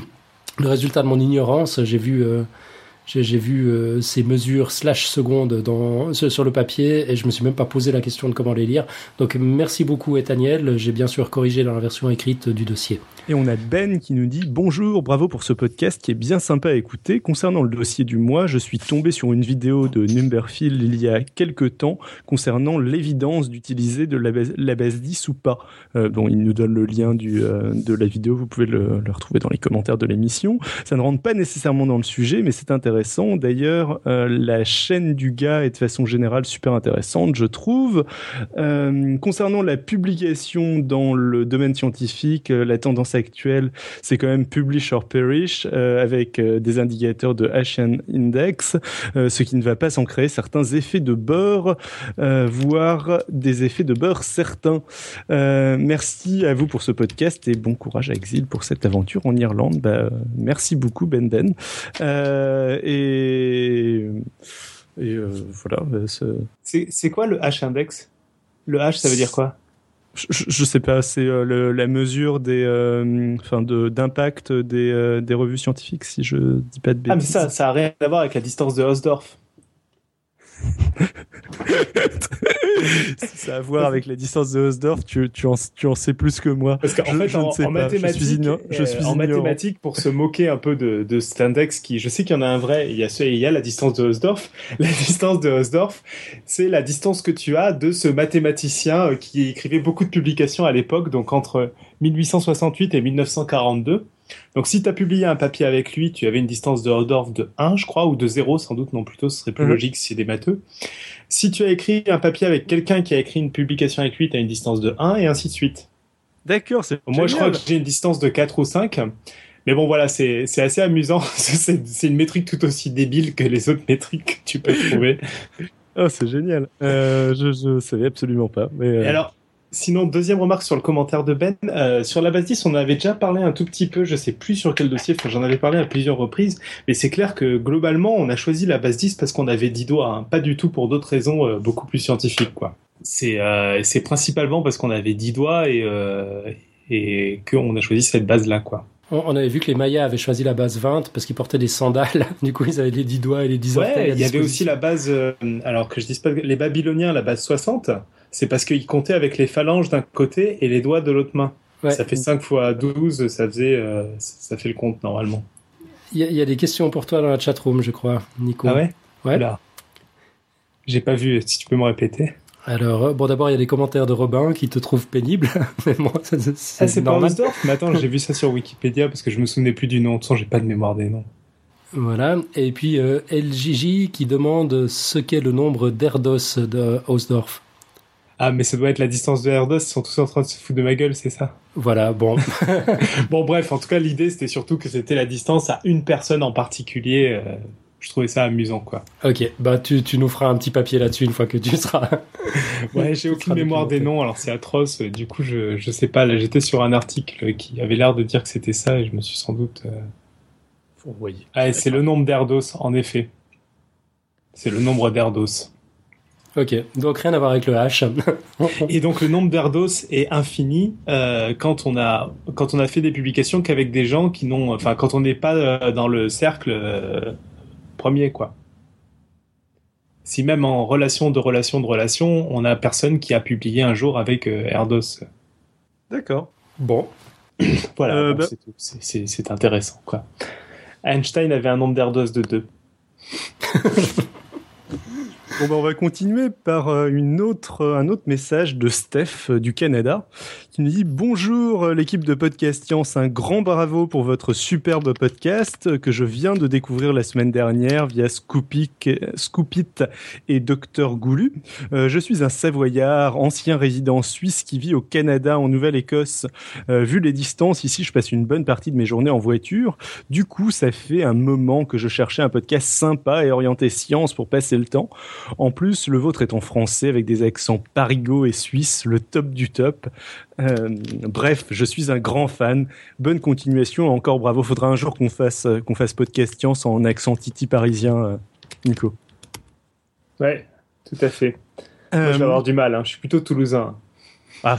C: le résultat de mon ignorance. J'ai vu, euh, j'ai, j'ai vu euh, ces mesures slash secondes dans, sur le papier et je me suis même pas posé la question de comment les lire. Donc merci beaucoup Ethaniel, j'ai bien sûr corrigé dans la version écrite du dossier.
B: Et on a Ben qui nous dit « Bonjour, bravo pour ce podcast qui est bien sympa à écouter. Concernant le dossier du mois, je suis tombé sur une vidéo de Numberphile il y a quelques temps concernant l'évidence d'utiliser de la base, la base dix ou pas. Euh, » Bon, il nous donne le lien du, euh, de la vidéo, vous pouvez le, le retrouver dans les commentaires de l'émission. Ça ne rentre pas nécessairement dans le sujet, mais c'est intéressant. D'ailleurs, euh, la chaîne du gars est de façon générale super intéressante, je trouve. Euh, concernant la publication dans le domaine scientifique, euh, la tendance actuelle, c'est quand même publish or perish euh, avec euh, des indicateurs de Hessian Index, euh, ce qui ne va pas sans créer certains effets de beurre, euh, voire des effets de beurre certains. Euh, merci à vous pour ce podcast et bon courage à Exil pour cette aventure en Irlande. Bah, merci beaucoup Benden. Euh, et et euh, voilà. Bah,
A: c'est, c'est quoi le H-index? Le H, ça veut dire quoi?
B: Je, je sais pas, c'est euh, le, la mesure des, euh, enfin de d'impact des, euh, des revues scientifiques, si je dis pas de bêtises.
A: Ah mais ça, ça a rien à voir avec la distance de Hausdorff.
B: Ça a à voir avec la distance de Hausdorff, tu, tu, en, tu en sais plus que moi.
A: Parce qu'en
B: je,
A: fait,
B: je
A: en,
B: ne sais
A: en
B: pas.
A: mathématiques,
B: je suis, igno- je suis
A: euh, en mathématiques, pour se moquer un peu de, de cet index, qui, je sais qu'il y en a un vrai, il y a, ce, il y a la distance de Hausdorff. La distance de Hausdorff, c'est la distance que tu as de ce mathématicien qui écrivait beaucoup de publications à l'époque, donc entre mille huit cent soixante-huit et mille neuf cent quarante-deux. Donc si tu as publié un papier avec lui, tu avais une distance de Hausdorff de un, je crois, ou de zéro, sans doute, non, plutôt, ce serait plus mmh. logique si c'est des matheux. Si tu as écrit un papier avec quelqu'un qui a écrit une publication avec lui, tu as une distance de un, et ainsi de suite.
B: D'accord, c'est
A: Moi, génial. Je crois que j'ai une distance de quatre ou cinq. Mais bon, voilà, c'est, c'est assez amusant. c'est, c'est une métrique tout aussi débile que les autres métriques que tu peux trouver.
B: Oh, c'est génial. Euh, je, je savais absolument pas. Mais euh...
A: Et alors, sinon, deuxième remarque sur le commentaire de Ben. Euh, sur la base dix, on avait déjà parlé un tout petit peu, je sais plus sur quel dossier, enfin, j'en avais parlé à plusieurs reprises, mais c'est clair que globalement, on a choisi la base dix parce qu'on avait dix doigts, hein, pas du tout pour d'autres raisons euh, beaucoup plus scientifiques, quoi. C'est, euh, c'est principalement parce qu'on avait dix doigts et, euh, et qu'on a choisi cette base-là, quoi.
C: On avait vu que les Mayas avaient choisi la base vingt parce qu'ils portaient des sandales. Du coup, ils avaient les dix doigts et les dix orteils.
A: Ouais, il y avait aussi la base, euh, alors que je dise pas, les Babyloniens, la base soixante, c'est parce qu'ils comptaient avec les phalanges d'un côté et les doigts de l'autre main. Ouais. Ça fait cinq fois douze, ça faisait, euh, ça fait le compte normalement.
C: Il y, y a des questions pour toi dans la chatroom, je crois, Nico.
A: Ah ouais?
C: Ouais.
A: Là. J'ai pas vu, si tu peux me répéter.
C: Alors, bon, d'abord, il y a des commentaires de Robin qui te trouvent pénible. Mais moi, ça, c'est, c'est
A: ah, c'est
C: normal.
A: pas Hausdorff? Mais attends, j'ai vu ça sur Wikipédia parce que je me souvenais plus du nom. De toute façon, j'ai pas de mémoire des noms.
C: Voilà. Et puis, euh, L J J qui demande ce qu'est le nombre d'Erdos de Hausdorff.
A: Ah, mais ça doit être la distance de Erdos. Ils sont tous en train de se foutre de ma gueule, c'est ça?
C: Voilà, bon.
A: Bon, bref, en tout cas, l'idée, c'était surtout que c'était la distance à une personne en particulier. Euh... Je trouvais ça amusant, quoi.
C: Ok, bah tu, tu nous feras un petit papier là-dessus une fois que tu seras...
A: Ouais, j'ai aucune mémoire des noms, alors c'est atroce. Du coup, je, je sais pas, là, j'étais sur un article qui avait l'air de dire que c'était ça, et je me suis sans doute... Euh...
B: Faut envoyer.
A: Ah, et c'est le nombre d'Erdos, en effet. C'est le nombre d'Erdos.
C: Ok, donc rien à voir avec le H.
A: Et donc le nombre d'Erdos est infini euh, quand on a quand on a fait des publications qu'avec des gens qui n'ont... Enfin, quand on n'est pas euh, dans le cercle... Euh, premier, quoi. Si même en relation de relation de relation, on a personne qui a publié un jour avec euh, Erdos.
B: D'accord.
C: Bon.
A: Voilà,
B: Euh,
A: donc
B: bah-
A: c'est tout. C'est- c'est c'est intéressant, quoi. Einstein avait un nombre d'erdoses de deux.
B: Bon, bah, on va continuer par euh, une autre, euh, un autre message de Steph euh, du Canada qui nous dit: bonjour euh, l'équipe de Podcast Science, un grand bravo pour votre superbe podcast euh, que je viens de découvrir la semaine dernière via Scoopit, Scoopit et Docteur Goulu. Euh, je suis un Savoyard, ancien résident suisse qui vit au Canada, en Nouvelle-Écosse. Euh, vu les distances, ici je passe une bonne partie de mes journées en voiture. Du coup, ça fait un moment que je cherchais un podcast sympa et orienté science pour passer le temps. En plus, le vôtre est en français avec des accents parigots et suisses, le top du top. Euh, bref, je suis un grand fan. Bonne continuation, encore bravo. Faudra un jour qu'on fasse euh, qu'on fasse podcast science en accent titi parisien, euh, Nico.
A: Ouais, tout à fait. Moi, je vais
B: Euh,
A: avoir du mal, hein. Je suis plutôt toulousain.
B: ah,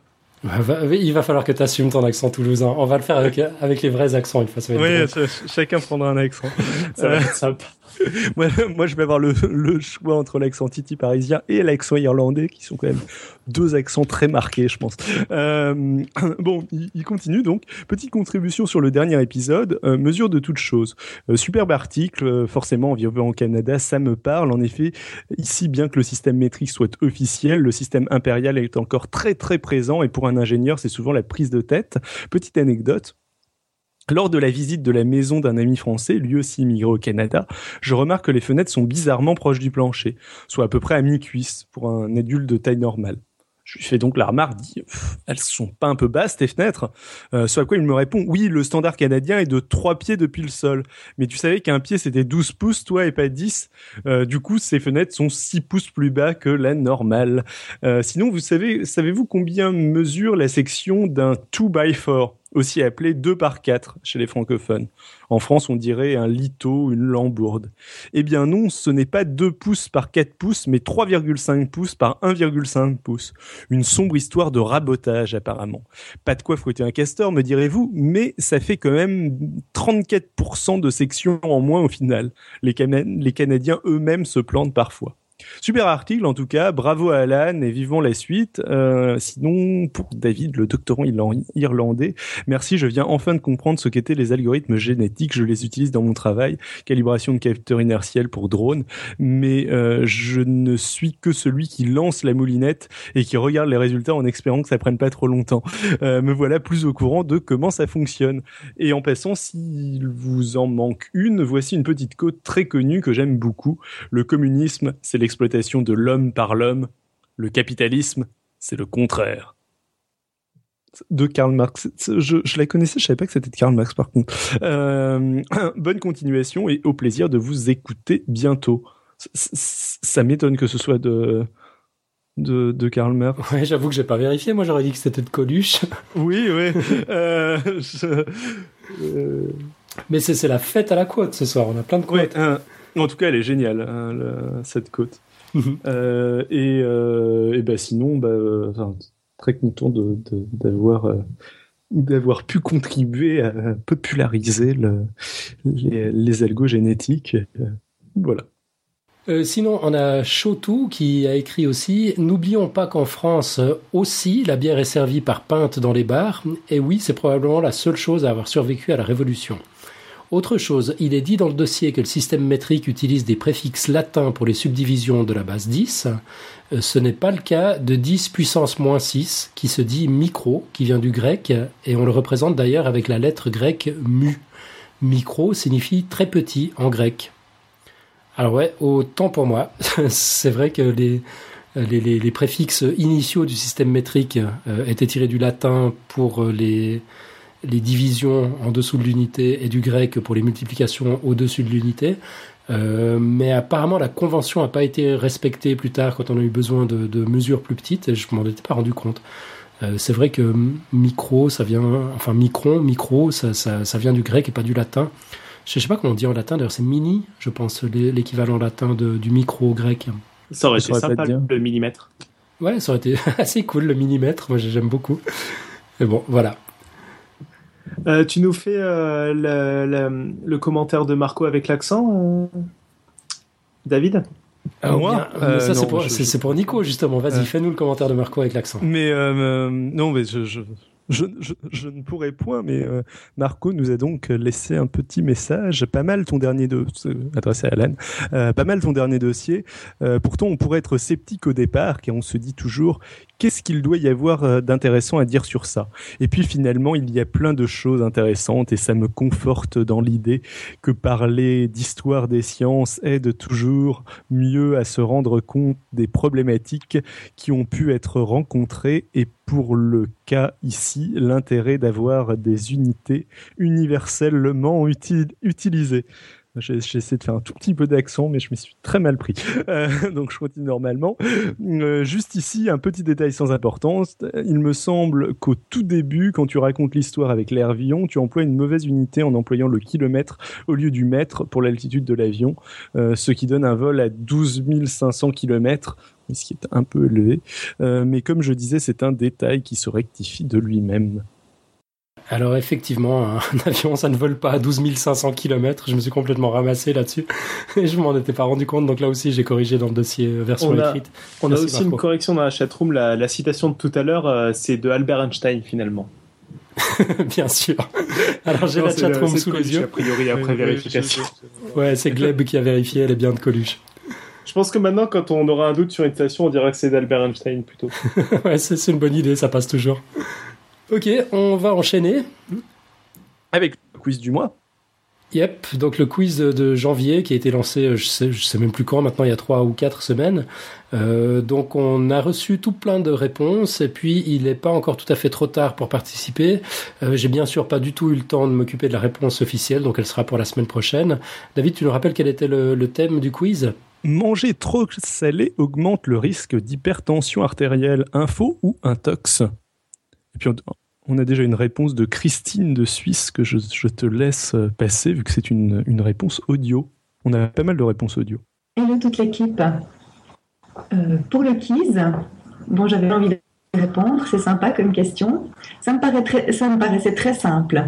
C: Va- Il va falloir que tu assumes ton accent toulousain. On va le faire avec, avec les vrais accents une fois. Ça va être
B: oui,
C: drôle.
B: ch- chacun prendra un accent.
A: Ça va
B: Euh,
A: être sympa.
B: moi, moi, je vais avoir le, le choix entre l'accent titi parisien et l'accent irlandais, qui sont quand même deux accents très marqués, je pense. Euh, bon, il, il continue donc. Petite contribution sur le dernier épisode. Euh, mesure de toute chose. Euh, superbe article. Euh, forcément, en vivant au Canada, ça me parle. En effet, ici, bien que le système métrique soit officiel, le système impérial est encore très très présent. Et pour un ingénieur, c'est souvent la prise de tête. Petite anecdote. Lors de la visite de la maison d'un ami français, lui aussi immigré au Canada, je remarque que les fenêtres sont bizarrement proches du plancher, soit à peu près à mi-cuisse pour un adulte de taille normale. Je lui fais donc la remarque, dit, elles sont pas un peu basses tes fenêtres? euh, Ce à quoi il me répond, oui, le standard canadien est de trois pieds depuis le sol. Mais tu savais qu'un pied c'était douze pouces, toi, et pas dix. Euh, du coup, ces fenêtres sont six pouces plus bas que la normale. Euh, sinon, vous savez, savez-vous combien mesure la section d'un two by four, aussi appelé deux par quatre chez les francophones? En France, on dirait un litho, une lambourde. Eh bien non, ce n'est pas deux pouces par quatre pouces, mais trois virgule cinq pouces par un virgule cinq pouces. Une sombre histoire de rabotage, apparemment. Pas de quoi fouetter un castor, me direz-vous, mais ça fait quand même trente-quatre pour cent de sections en moins au final. Les, Cana- les Canadiens eux-mêmes se plantent parfois. Super article en tout cas, bravo à Alan et vivement la suite. Euh, sinon, pour David, le doctorant irlan- irlandais, merci, je viens enfin de comprendre ce qu'étaient les algorithmes génétiques, je les utilise dans mon travail, calibration de capteurs inertiels pour drones, mais euh, je ne suis que celui qui lance la moulinette et qui regarde les résultats en espérant que ça prenne pas trop longtemps. Euh, me voilà plus au courant de comment ça fonctionne. Et en passant, s'il vous en manque une, voici une petite quote très connue que j'aime beaucoup. Le communisme, c'est l'exploitation de l'homme par l'homme. Le capitalisme, c'est le contraire. De Karl Marx. Je, je la connaissais, je savais pas que c'était de Karl Marx par contre. Euh, bonne continuation et au plaisir de vous écouter bientôt. Ça, ça, ça m'étonne que ce soit de, de, de Karl Marx.
C: Ouais, j'avoue que j'ai pas vérifié. Moi, j'aurais dit que c'était de Coluche.
B: Oui, oui. euh, je, euh...
C: Mais c'est, c'est la fête à la côte ce soir. On a plein de côtes.
B: Ouais, euh, en tout cas, elle est géniale, hein, le, cette côte. Mm-hmm. euh, et, euh, et bah, sinon, bah, euh, très content de, de, d'avoir, euh, d'avoir pu contribuer à populariser le, les, les algos génétiques. Euh, voilà.
C: Euh, sinon, on a Chotou qui a écrit aussi « N'oublions pas qu'en France aussi, la bière est servie par pinte dans les bars. Et oui, c'est probablement la seule chose à avoir survécu à la Révolution. » Autre chose, il est dit dans le dossier que le système métrique utilise des préfixes latins pour les subdivisions de la base dix. Euh, ce n'est pas le cas de dix puissance moins six, qui se dit micro, qui vient du grec, et on le représente d'ailleurs avec la lettre grecque mu. Micro signifie très petit en grec. Alors ouais, autant pour moi. C'est vrai que les, les, les, les préfixes initiaux du système métrique euh, étaient tirés du latin pour les... les divisions en dessous de l'unité et du grec pour les multiplications au-dessus de l'unité. Euh, mais apparemment, la convention n'a pas été respectée plus tard quand on a eu besoin de, de mesures plus petites et je ne m'en étais pas rendu compte. Euh, c'est vrai que micro, ça vient, enfin micron, micro, ça, ça, ça vient du grec et pas du latin. Je ne sais pas comment on dit en latin, d'ailleurs c'est mini, je pense, l'équivalent latin de, du micro grec.
A: Ça aurait été sympa le millimètre.
C: Ouais, ça aurait été assez cool le millimètre, moi j'aime beaucoup. Mais bon, voilà.
A: Euh, tu nous fais euh, le, le, le commentaire de Marco avec l'accent, euh, David?
C: Ah, moi euh, Ça, non, c'est, pour, je, c'est, je... c'est pour Nico, justement. Vas-y, euh... fais-nous le commentaire de Marco avec l'accent.
B: Mais euh, non, mais je, je, Je, je, je ne pourrais point, mais euh, Marco nous a donc laissé un petit message. Pas mal ton dernier dossier, adressé à Alan, euh, pas mal ton dernier dossier. Euh, pourtant, on pourrait être sceptique au départ, car on se dit toujours qu'est-ce qu'il doit y avoir d'intéressant à dire sur ça. Et puis finalement, il y a plein de choses intéressantes et ça me conforte dans l'idée que parler d'histoire des sciences aide toujours mieux à se rendre compte des problématiques qui ont pu être rencontrées et pour le cas ici, l'intérêt d'avoir des unités universellement uti- utilisées. J'essaie de faire un tout petit peu d'accent, mais je me suis très mal pris. Euh, donc je continue normalement. Euh, juste ici, un petit détail sans importance. Il me semble qu'au tout début, quand tu racontes l'histoire avec l'avion, tu emploies une mauvaise unité en employant le kilomètre au lieu du mètre pour l'altitude de l'avion, euh, ce qui donne un vol à douze mille cinq cents kilomètres, ce qui est un peu élevé. Euh, mais comme je disais, c'est un détail qui se rectifie de lui-même.
C: Alors effectivement, un avion, ça ne vole pas à douze mille cinq cents kilomètres. Je me suis complètement ramassé là-dessus. Et je m'en étais pas rendu compte. Donc là aussi, j'ai corrigé dans le dossier version
A: on a,
C: écrite.
A: On
C: Merci
A: a aussi
C: Marco.
A: une correction dans la chatroom. La, la citation de tout à l'heure, euh, c'est de Albert Einstein finalement.
C: Bien sûr. Alors j'ai non, la chatroom sous les yeux.
A: A priori, après
B: oui,
A: vérification.
C: Ouais, c'est Gleb qui a vérifié. Elle est bien de Coluche.
A: Je pense que maintenant, quand on aura un doute sur une citation, on dira que c'est d'Albert Einstein plutôt.
C: Ouais, c'est, c'est une bonne idée. Ça passe toujours. Ok, on va enchaîner.
B: Avec le quiz du mois.
C: Yep, donc le quiz de janvier qui a été lancé, je sais, je sais même plus quand, maintenant il y a trois ou quatre semaines. Euh, donc on a reçu tout plein de réponses et puis il n'est pas encore tout à fait trop tard pour participer. Euh, j'ai bien sûr pas du tout eu le temps de m'occuper de la réponse officielle, donc elle sera pour la semaine prochaine. David, tu nous rappelles quel était le, le thème du quiz ?
B: Manger trop salé augmente le risque d'hypertension artérielle, info ou intox ? Et puis on, on a déjà une réponse de Christine de Suisse que je, je te laisse passer vu que c'est une, une réponse audio. On a pas mal de réponses audio.
E: Hello toute l'équipe. Euh, pour le quiz, bon, j'avais envie de répondre, c'est sympa comme question. Ça me, paraît très, ça me paraissait très simple.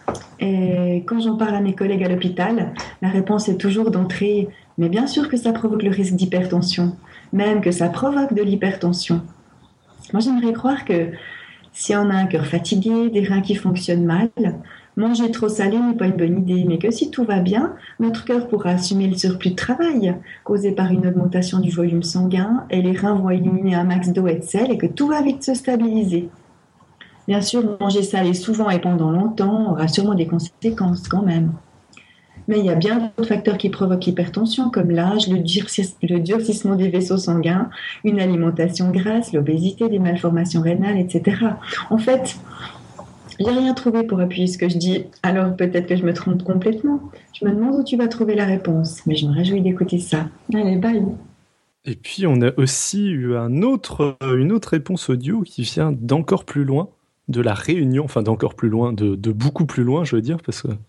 E: Et quand j'en parle à mes collègues à l'hôpital, la réponse est toujours d'entrée, mais bien sûr que ça provoque le risque d'hypertension, même que ça provoque de l'hypertension. Moi, j'aimerais croire que si on a un cœur fatigué, des reins qui fonctionnent mal, manger trop salé n'est pas une bonne idée, mais que si tout va bien, notre cœur pourra assumer le surplus de travail causé par une augmentation du volume sanguin et les reins vont éliminer un max d'eau et de sel et que tout va vite se stabiliser. Bien sûr, manger salé souvent et pendant longtemps aura sûrement des conséquences quand même. Mais il y a bien d'autres facteurs qui provoquent l'hypertension, comme l'âge, le, durcis, le durcissement des vaisseaux sanguins, une alimentation grasse, l'obésité, des malformations rénales, et cetera. En fait, j'ai rien trouvé pour appuyer ce que je dis, alors peut-être que je me trompe complètement. Je me demande où tu vas trouver la réponse, mais je me réjouis d'écouter ça. Allez, bye.
B: Et puis on a aussi eu un autre, une autre réponse audio qui vient d'encore plus loin, de la Réunion, enfin d'encore plus loin, de, de beaucoup plus loin, je veux dire, parce que...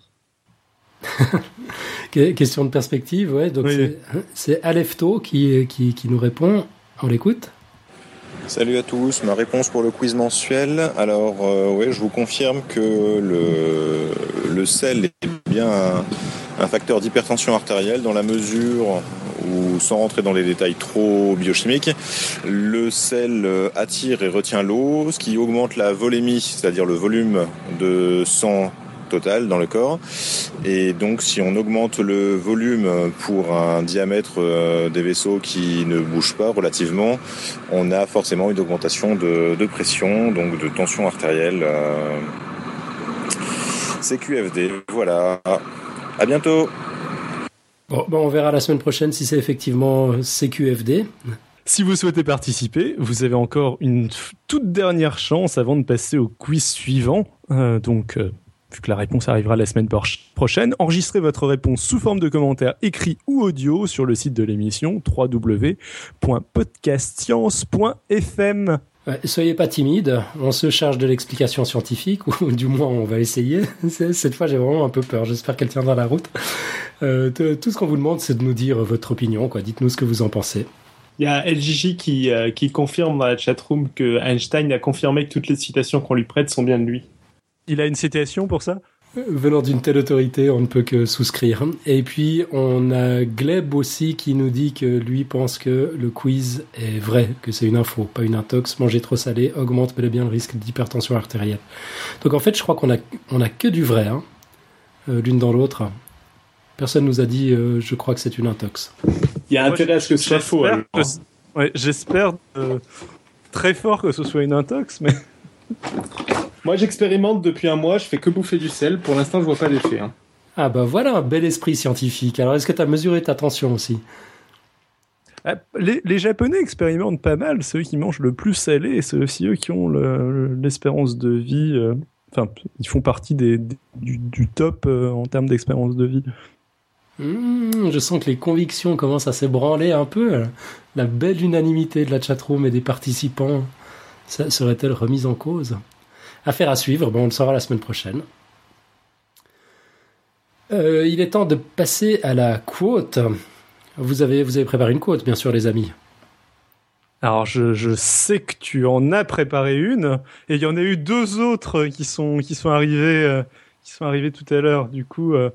C: Question de perspective, ouais. Donc
B: oui.
C: c'est, c'est Alefto qui, qui, qui nous répond. On l'écoute.
F: Salut à tous, ma réponse pour le quiz mensuel. Alors, euh, ouais, je vous confirme que le, le sel est bien un, un facteur d'hypertension artérielle dans la mesure où, sans rentrer dans les détails trop biochimiques, le sel attire et retient l'eau, ce qui augmente la volémie, c'est-à-dire le volume de sang total dans le corps. Et donc, si on augmente le volume pour un diamètre euh, des vaisseaux qui ne bouge pas relativement, on a forcément une augmentation de, de pression, donc de tension artérielle. Euh, C Q F D. Voilà. À bientôt.
C: Bon, bon, on verra la semaine prochaine si c'est effectivement C Q F D.
B: Si vous souhaitez participer, vous avez encore une toute dernière chance avant de passer au quiz suivant. Euh, donc... Euh vu que la réponse arrivera la semaine prochaine, enregistrez votre réponse sous forme de commentaire écrit ou audio sur le site de l'émission w w w point podcast science point f m.
C: Ouais, soyez pas timide, on se charge de l'explication scientifique, ou du moins on va essayer. Cette fois j'ai vraiment un peu peur, j'espère qu'elle tiendra la route. Euh, tout ce qu'on vous demande c'est de nous dire votre opinion, quoi. Dites-nous ce que vous en pensez.
A: Il y a L J J qui, euh, qui confirme dans la chatroom que Einstein a confirmé que toutes les citations qu'on lui prête sont bien de lui.
B: Il a une citation pour ça ?
C: Venant d'une telle autorité, on ne peut que souscrire. Et puis, on a Gleb aussi qui nous dit que lui pense que le quiz est vrai, que c'est une info, pas une intox. Manger trop salé augmente bel et bien le risque d'hypertension artérielle. Donc en fait, je crois qu'on a, on a que du vrai, hein, euh, l'une dans l'autre. Personne nous a dit, euh, je crois que c'est une intox.
A: Il y a intérêt à ce que ce soit faux. Alors.
B: Que ouais, j'espère euh, très fort que ce soit une intox, mais...
A: Moi, j'expérimente depuis un mois, je fais que bouffer du sel. Pour l'instant, je vois pas d'effet. Hein.
C: Ah bah voilà un bel esprit scientifique. Alors, est-ce que tu as mesuré ta tension aussi ?
B: Les, les Japonais expérimentent pas mal. C'est eux qui mangent le plus salé et c'est aussi eux qui ont le, l'espérance de vie. Euh, enfin, ils font partie des, des, du, du top euh, en termes d'espérance de vie.
C: Mmh, je sens que les convictions commencent à s'ébranler un peu. La belle unanimité de la chatroom et des participants ça, serait-elle remise en cause ? Affaire à suivre, bon, on le saura la semaine prochaine. Euh, il est temps de passer à la quote. Vous avez, vous avez préparé une quote, bien sûr, les amis.
B: Alors, je, je sais que tu en as préparé une, et il y en a eu deux autres qui sont, qui sont arrivés, euh, qui sont arrivés tout à l'heure. Du coup, euh,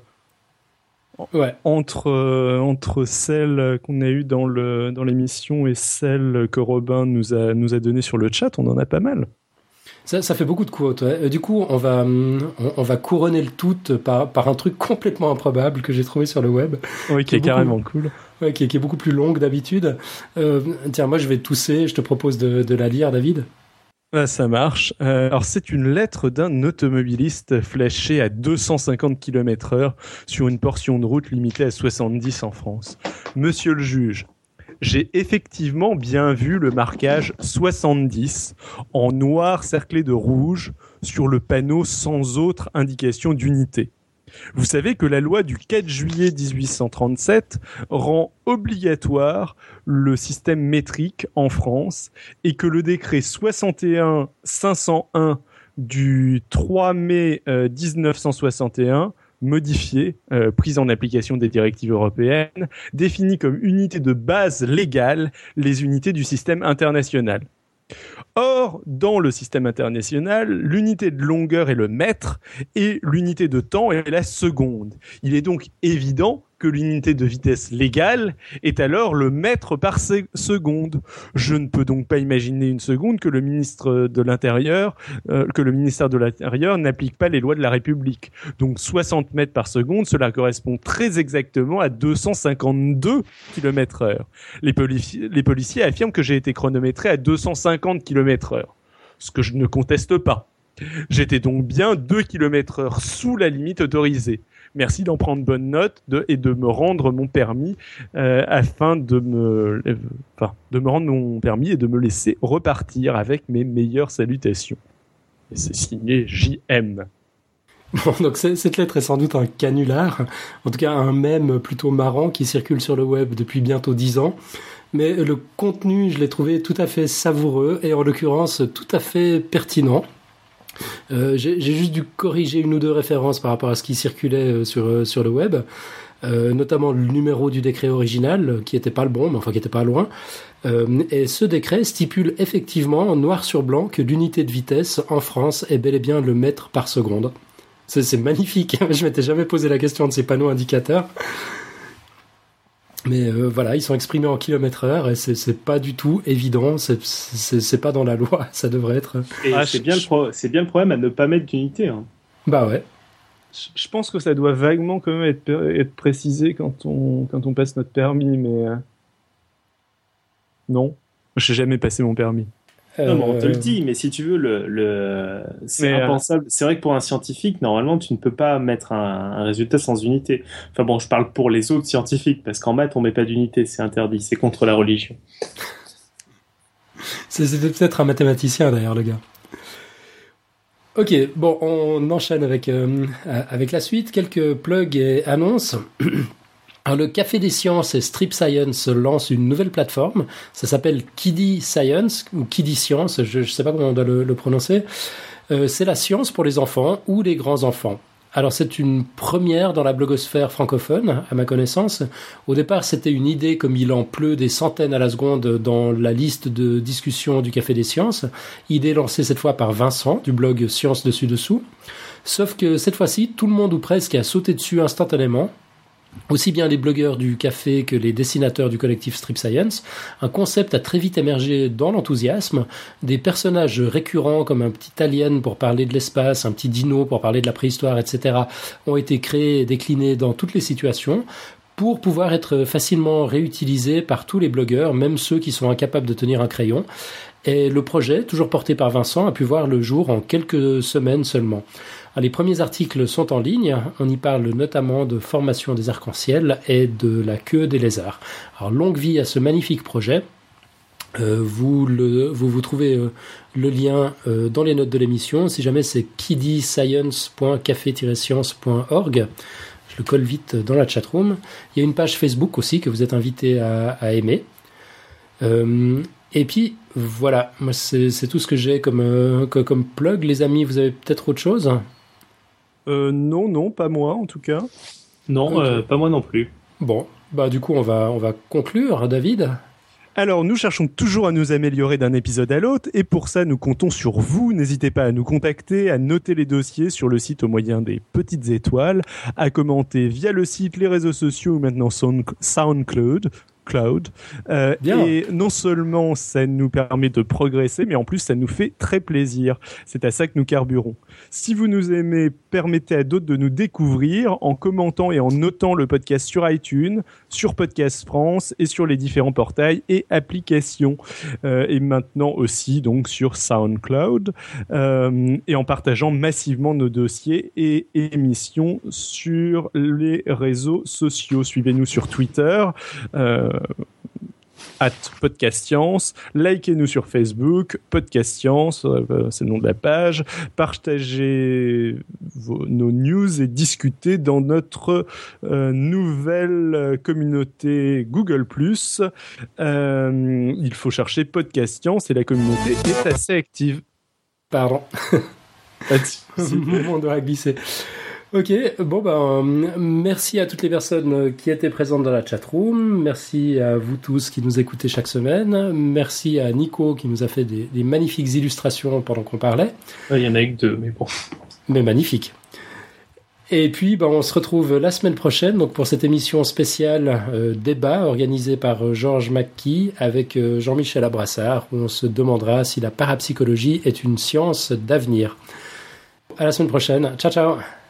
B: ouais. entre, euh, entre celles qu'on a eues dans, le, dans l'émission et celles que Robin nous a, nous a données sur le chat, on en a pas mal.
C: Ça, ça fait beaucoup de quotes. Ouais. Du coup, on va, on, on va couronner le tout par, par un truc complètement improbable que j'ai trouvé sur le web.
B: Oui, qui, qui est, est beaucoup, carrément cool.
C: Ouais, qui, est, qui est beaucoup plus long que d'habitude. Euh, tiens, moi, je vais tousser. Je te propose de, de la lire, David.
B: Ah, ça marche. Euh, alors, c'est une lettre d'un automobiliste flashé à deux cent cinquante kilomètres heure sur une portion de route limitée à soixante-dix en France. Monsieur le juge, j'ai effectivement bien vu le marquage soixante-dix en noir cerclé de rouge sur le panneau sans autre indication d'unité. Vous savez que la loi du quatre juillet dix-huit cent trente-sept rend obligatoire le système métrique en France et que le décret soixante et un cinq cent un du trois mai euh, dix-neuf cent soixante et un modifié, euh, prise en application des directives européennes, définit comme unité de base légale les unités du système international. Or, dans le système international, l'unité de longueur est le mètre et l'unité de temps est la seconde. Il est donc évident que l'unité de vitesse légale est alors le mètre par seconde. Je ne peux donc pas imaginer une seconde que le ministre de l'Intérieur, euh, que le ministère de l'Intérieur n'applique pas les lois de la République. Donc soixante mètres par seconde, cela correspond très exactement à deux cent cinquante-deux kilomètres heure. Les, polici- les policiers affirment que j'ai été chronométré à deux cent cinquante kilomètres heure, ce que je ne conteste pas. J'étais donc bien deux kilomètres heure sous la limite autorisée. Merci d'en prendre bonne note de, et de me rendre mon permis euh, afin de me, euh, enfin, de me rendre mon permis et de me laisser repartir avec mes meilleures salutations. Et c'est signé J M.
C: Bon, donc cette lettre est sans doute un canular, en tout cas un mème plutôt marrant qui circule sur le web depuis bientôt dix ans. Mais le contenu, je l'ai trouvé tout à fait savoureux et en l'occurrence tout à fait pertinent. Euh, j'ai, j'ai juste dû corriger une ou deux références par rapport à ce qui circulait sur, sur le web, euh, notamment le numéro du décret original, qui n'était pas le bon, mais enfin qui n'était pas loin. Euh, et ce décret stipule effectivement, noir sur blanc, que l'unité de vitesse en France est bel et bien le mètre par seconde. C'est, c'est magnifique, je m'étais jamais posé la question de ces panneaux indicateurs. Mais euh, voilà, ils sont exprimés en kilomètres heure et c'est, c'est pas du tout évident, c'est, c'est, c'est pas dans la loi, ça devrait être...
A: Et
B: ah,
A: c'est,
B: je,
A: bien le pro- c'est bien le problème à ne pas mettre d'unité. Hein.
C: Bah ouais.
B: Je, je pense que ça doit vaguement quand même être, être précisé quand on, quand on passe notre permis, mais... Euh... Non, je n'ai jamais passé mon permis.
A: Non, mais on te le dit, mais si tu veux, le, le... c'est mais impensable. Euh... C'est vrai que pour un scientifique, normalement, tu ne peux pas mettre un, un résultat sans unité. Enfin bon, je parle pour les autres scientifiques, parce qu'en maths, on met pas d'unité, c'est interdit, c'est contre la religion.
C: c'est, c'était peut-être un mathématicien, d'ailleurs, le gars. Ok, bon, on enchaîne avec, euh, avec la suite. Quelques plugs et annonces. Alors, le Café des Sciences et Strip Science lance une nouvelle plateforme. Ça s'appelle Kiddy Science ou Kiddy Science, je ne sais pas comment on doit le, le prononcer. Euh, c'est la science pour les enfants ou les grands-enfants. Alors, c'est une première dans la blogosphère francophone, à ma connaissance. Au départ, c'était une idée comme il en pleut des centaines à la seconde dans la liste de discussion du Café des Sciences. Idée lancée cette fois par Vincent, du blog Science Dessus Dessous. Sauf que cette fois-ci, tout le monde ou presque a sauté dessus instantanément. Aussi bien les blogueurs du café que les dessinateurs du collectif Strip Science. Un concept a très vite émergé dans l'enthousiasme. Des personnages récurrents comme un petit alien pour parler de l'espace, un petit dino pour parler de la préhistoire, et cetera ont été créés et déclinés dans toutes les situations pour pouvoir être facilement réutilisés par tous les blogueurs, même ceux qui sont incapables de tenir un crayon. Et le projet, toujours porté par Vincent, a pu voir le jour en quelques semaines seulement. Les premiers articles sont en ligne. On y parle notamment de formation des arcs-en-ciel et de la queue des lézards. Alors, longue vie à ce magnifique projet. Euh, vous, le, vous vous trouvez euh, le lien euh, dans les notes de l'émission. Si jamais c'est kiddyscience point café tiret science point org. Je le colle vite dans la chatroom. Il y a une page Facebook aussi que vous êtes invité à, à aimer. Euh, et puis, voilà. Moi, c'est, c'est tout ce que j'ai comme, euh, comme plug. Les amis, vous avez peut-être autre chose ?
B: Euh, non, non, pas moi en tout cas.
A: Non,
C: okay.
A: euh, pas moi non plus.
C: Bon, bah du coup on va on va conclure, David.
B: Alors, nous cherchons toujours à nous améliorer d'un épisode à l'autre, et pour ça, nous comptons sur vous. N'hésitez pas à nous contacter, à noter les dossiers sur le site au moyen des petites étoiles, à commenter via le site, les réseaux sociaux ou maintenant SoundCloud. Cloud. Euh, et non seulement ça nous permet de progresser, mais en plus ça nous fait très plaisir. C'est à ça que nous carburons. Si vous nous aimez, permettez à d'autres de nous découvrir en commentant et en notant le podcast sur iTunes, sur Podcast France et sur les différents portails et applications. Euh, et maintenant aussi donc sur SoundCloud euh, et en partageant massivement nos dossiers et émissions sur les réseaux sociaux. Suivez-nous sur Twitter. Euh, at Podcast Science, likez-nous sur Facebook, Podcast Science, euh, c'est le nom de la page, partagez vos, nos news et discutez dans notre euh, nouvelle communauté Google plus. Euh, il faut chercher Podcast Science et la communauté est assez active.
C: Pardon. On doit glisser. Ok, bon ben merci à toutes les personnes qui étaient présentes dans la chatroom, merci à vous tous qui nous écoutez chaque semaine, merci à Nico qui nous a fait des, des magnifiques illustrations pendant qu'on parlait.
A: Il y en a eu que deux, mais bon.
C: Mais magnifique. Et puis ben, on se retrouve la semaine prochaine donc pour cette émission spéciale euh, débat organisée par euh, Georges McKee avec euh, Jean-Michel Abrassard où on se demandera si la parapsychologie est une science d'avenir. À la semaine prochaine, ciao ciao.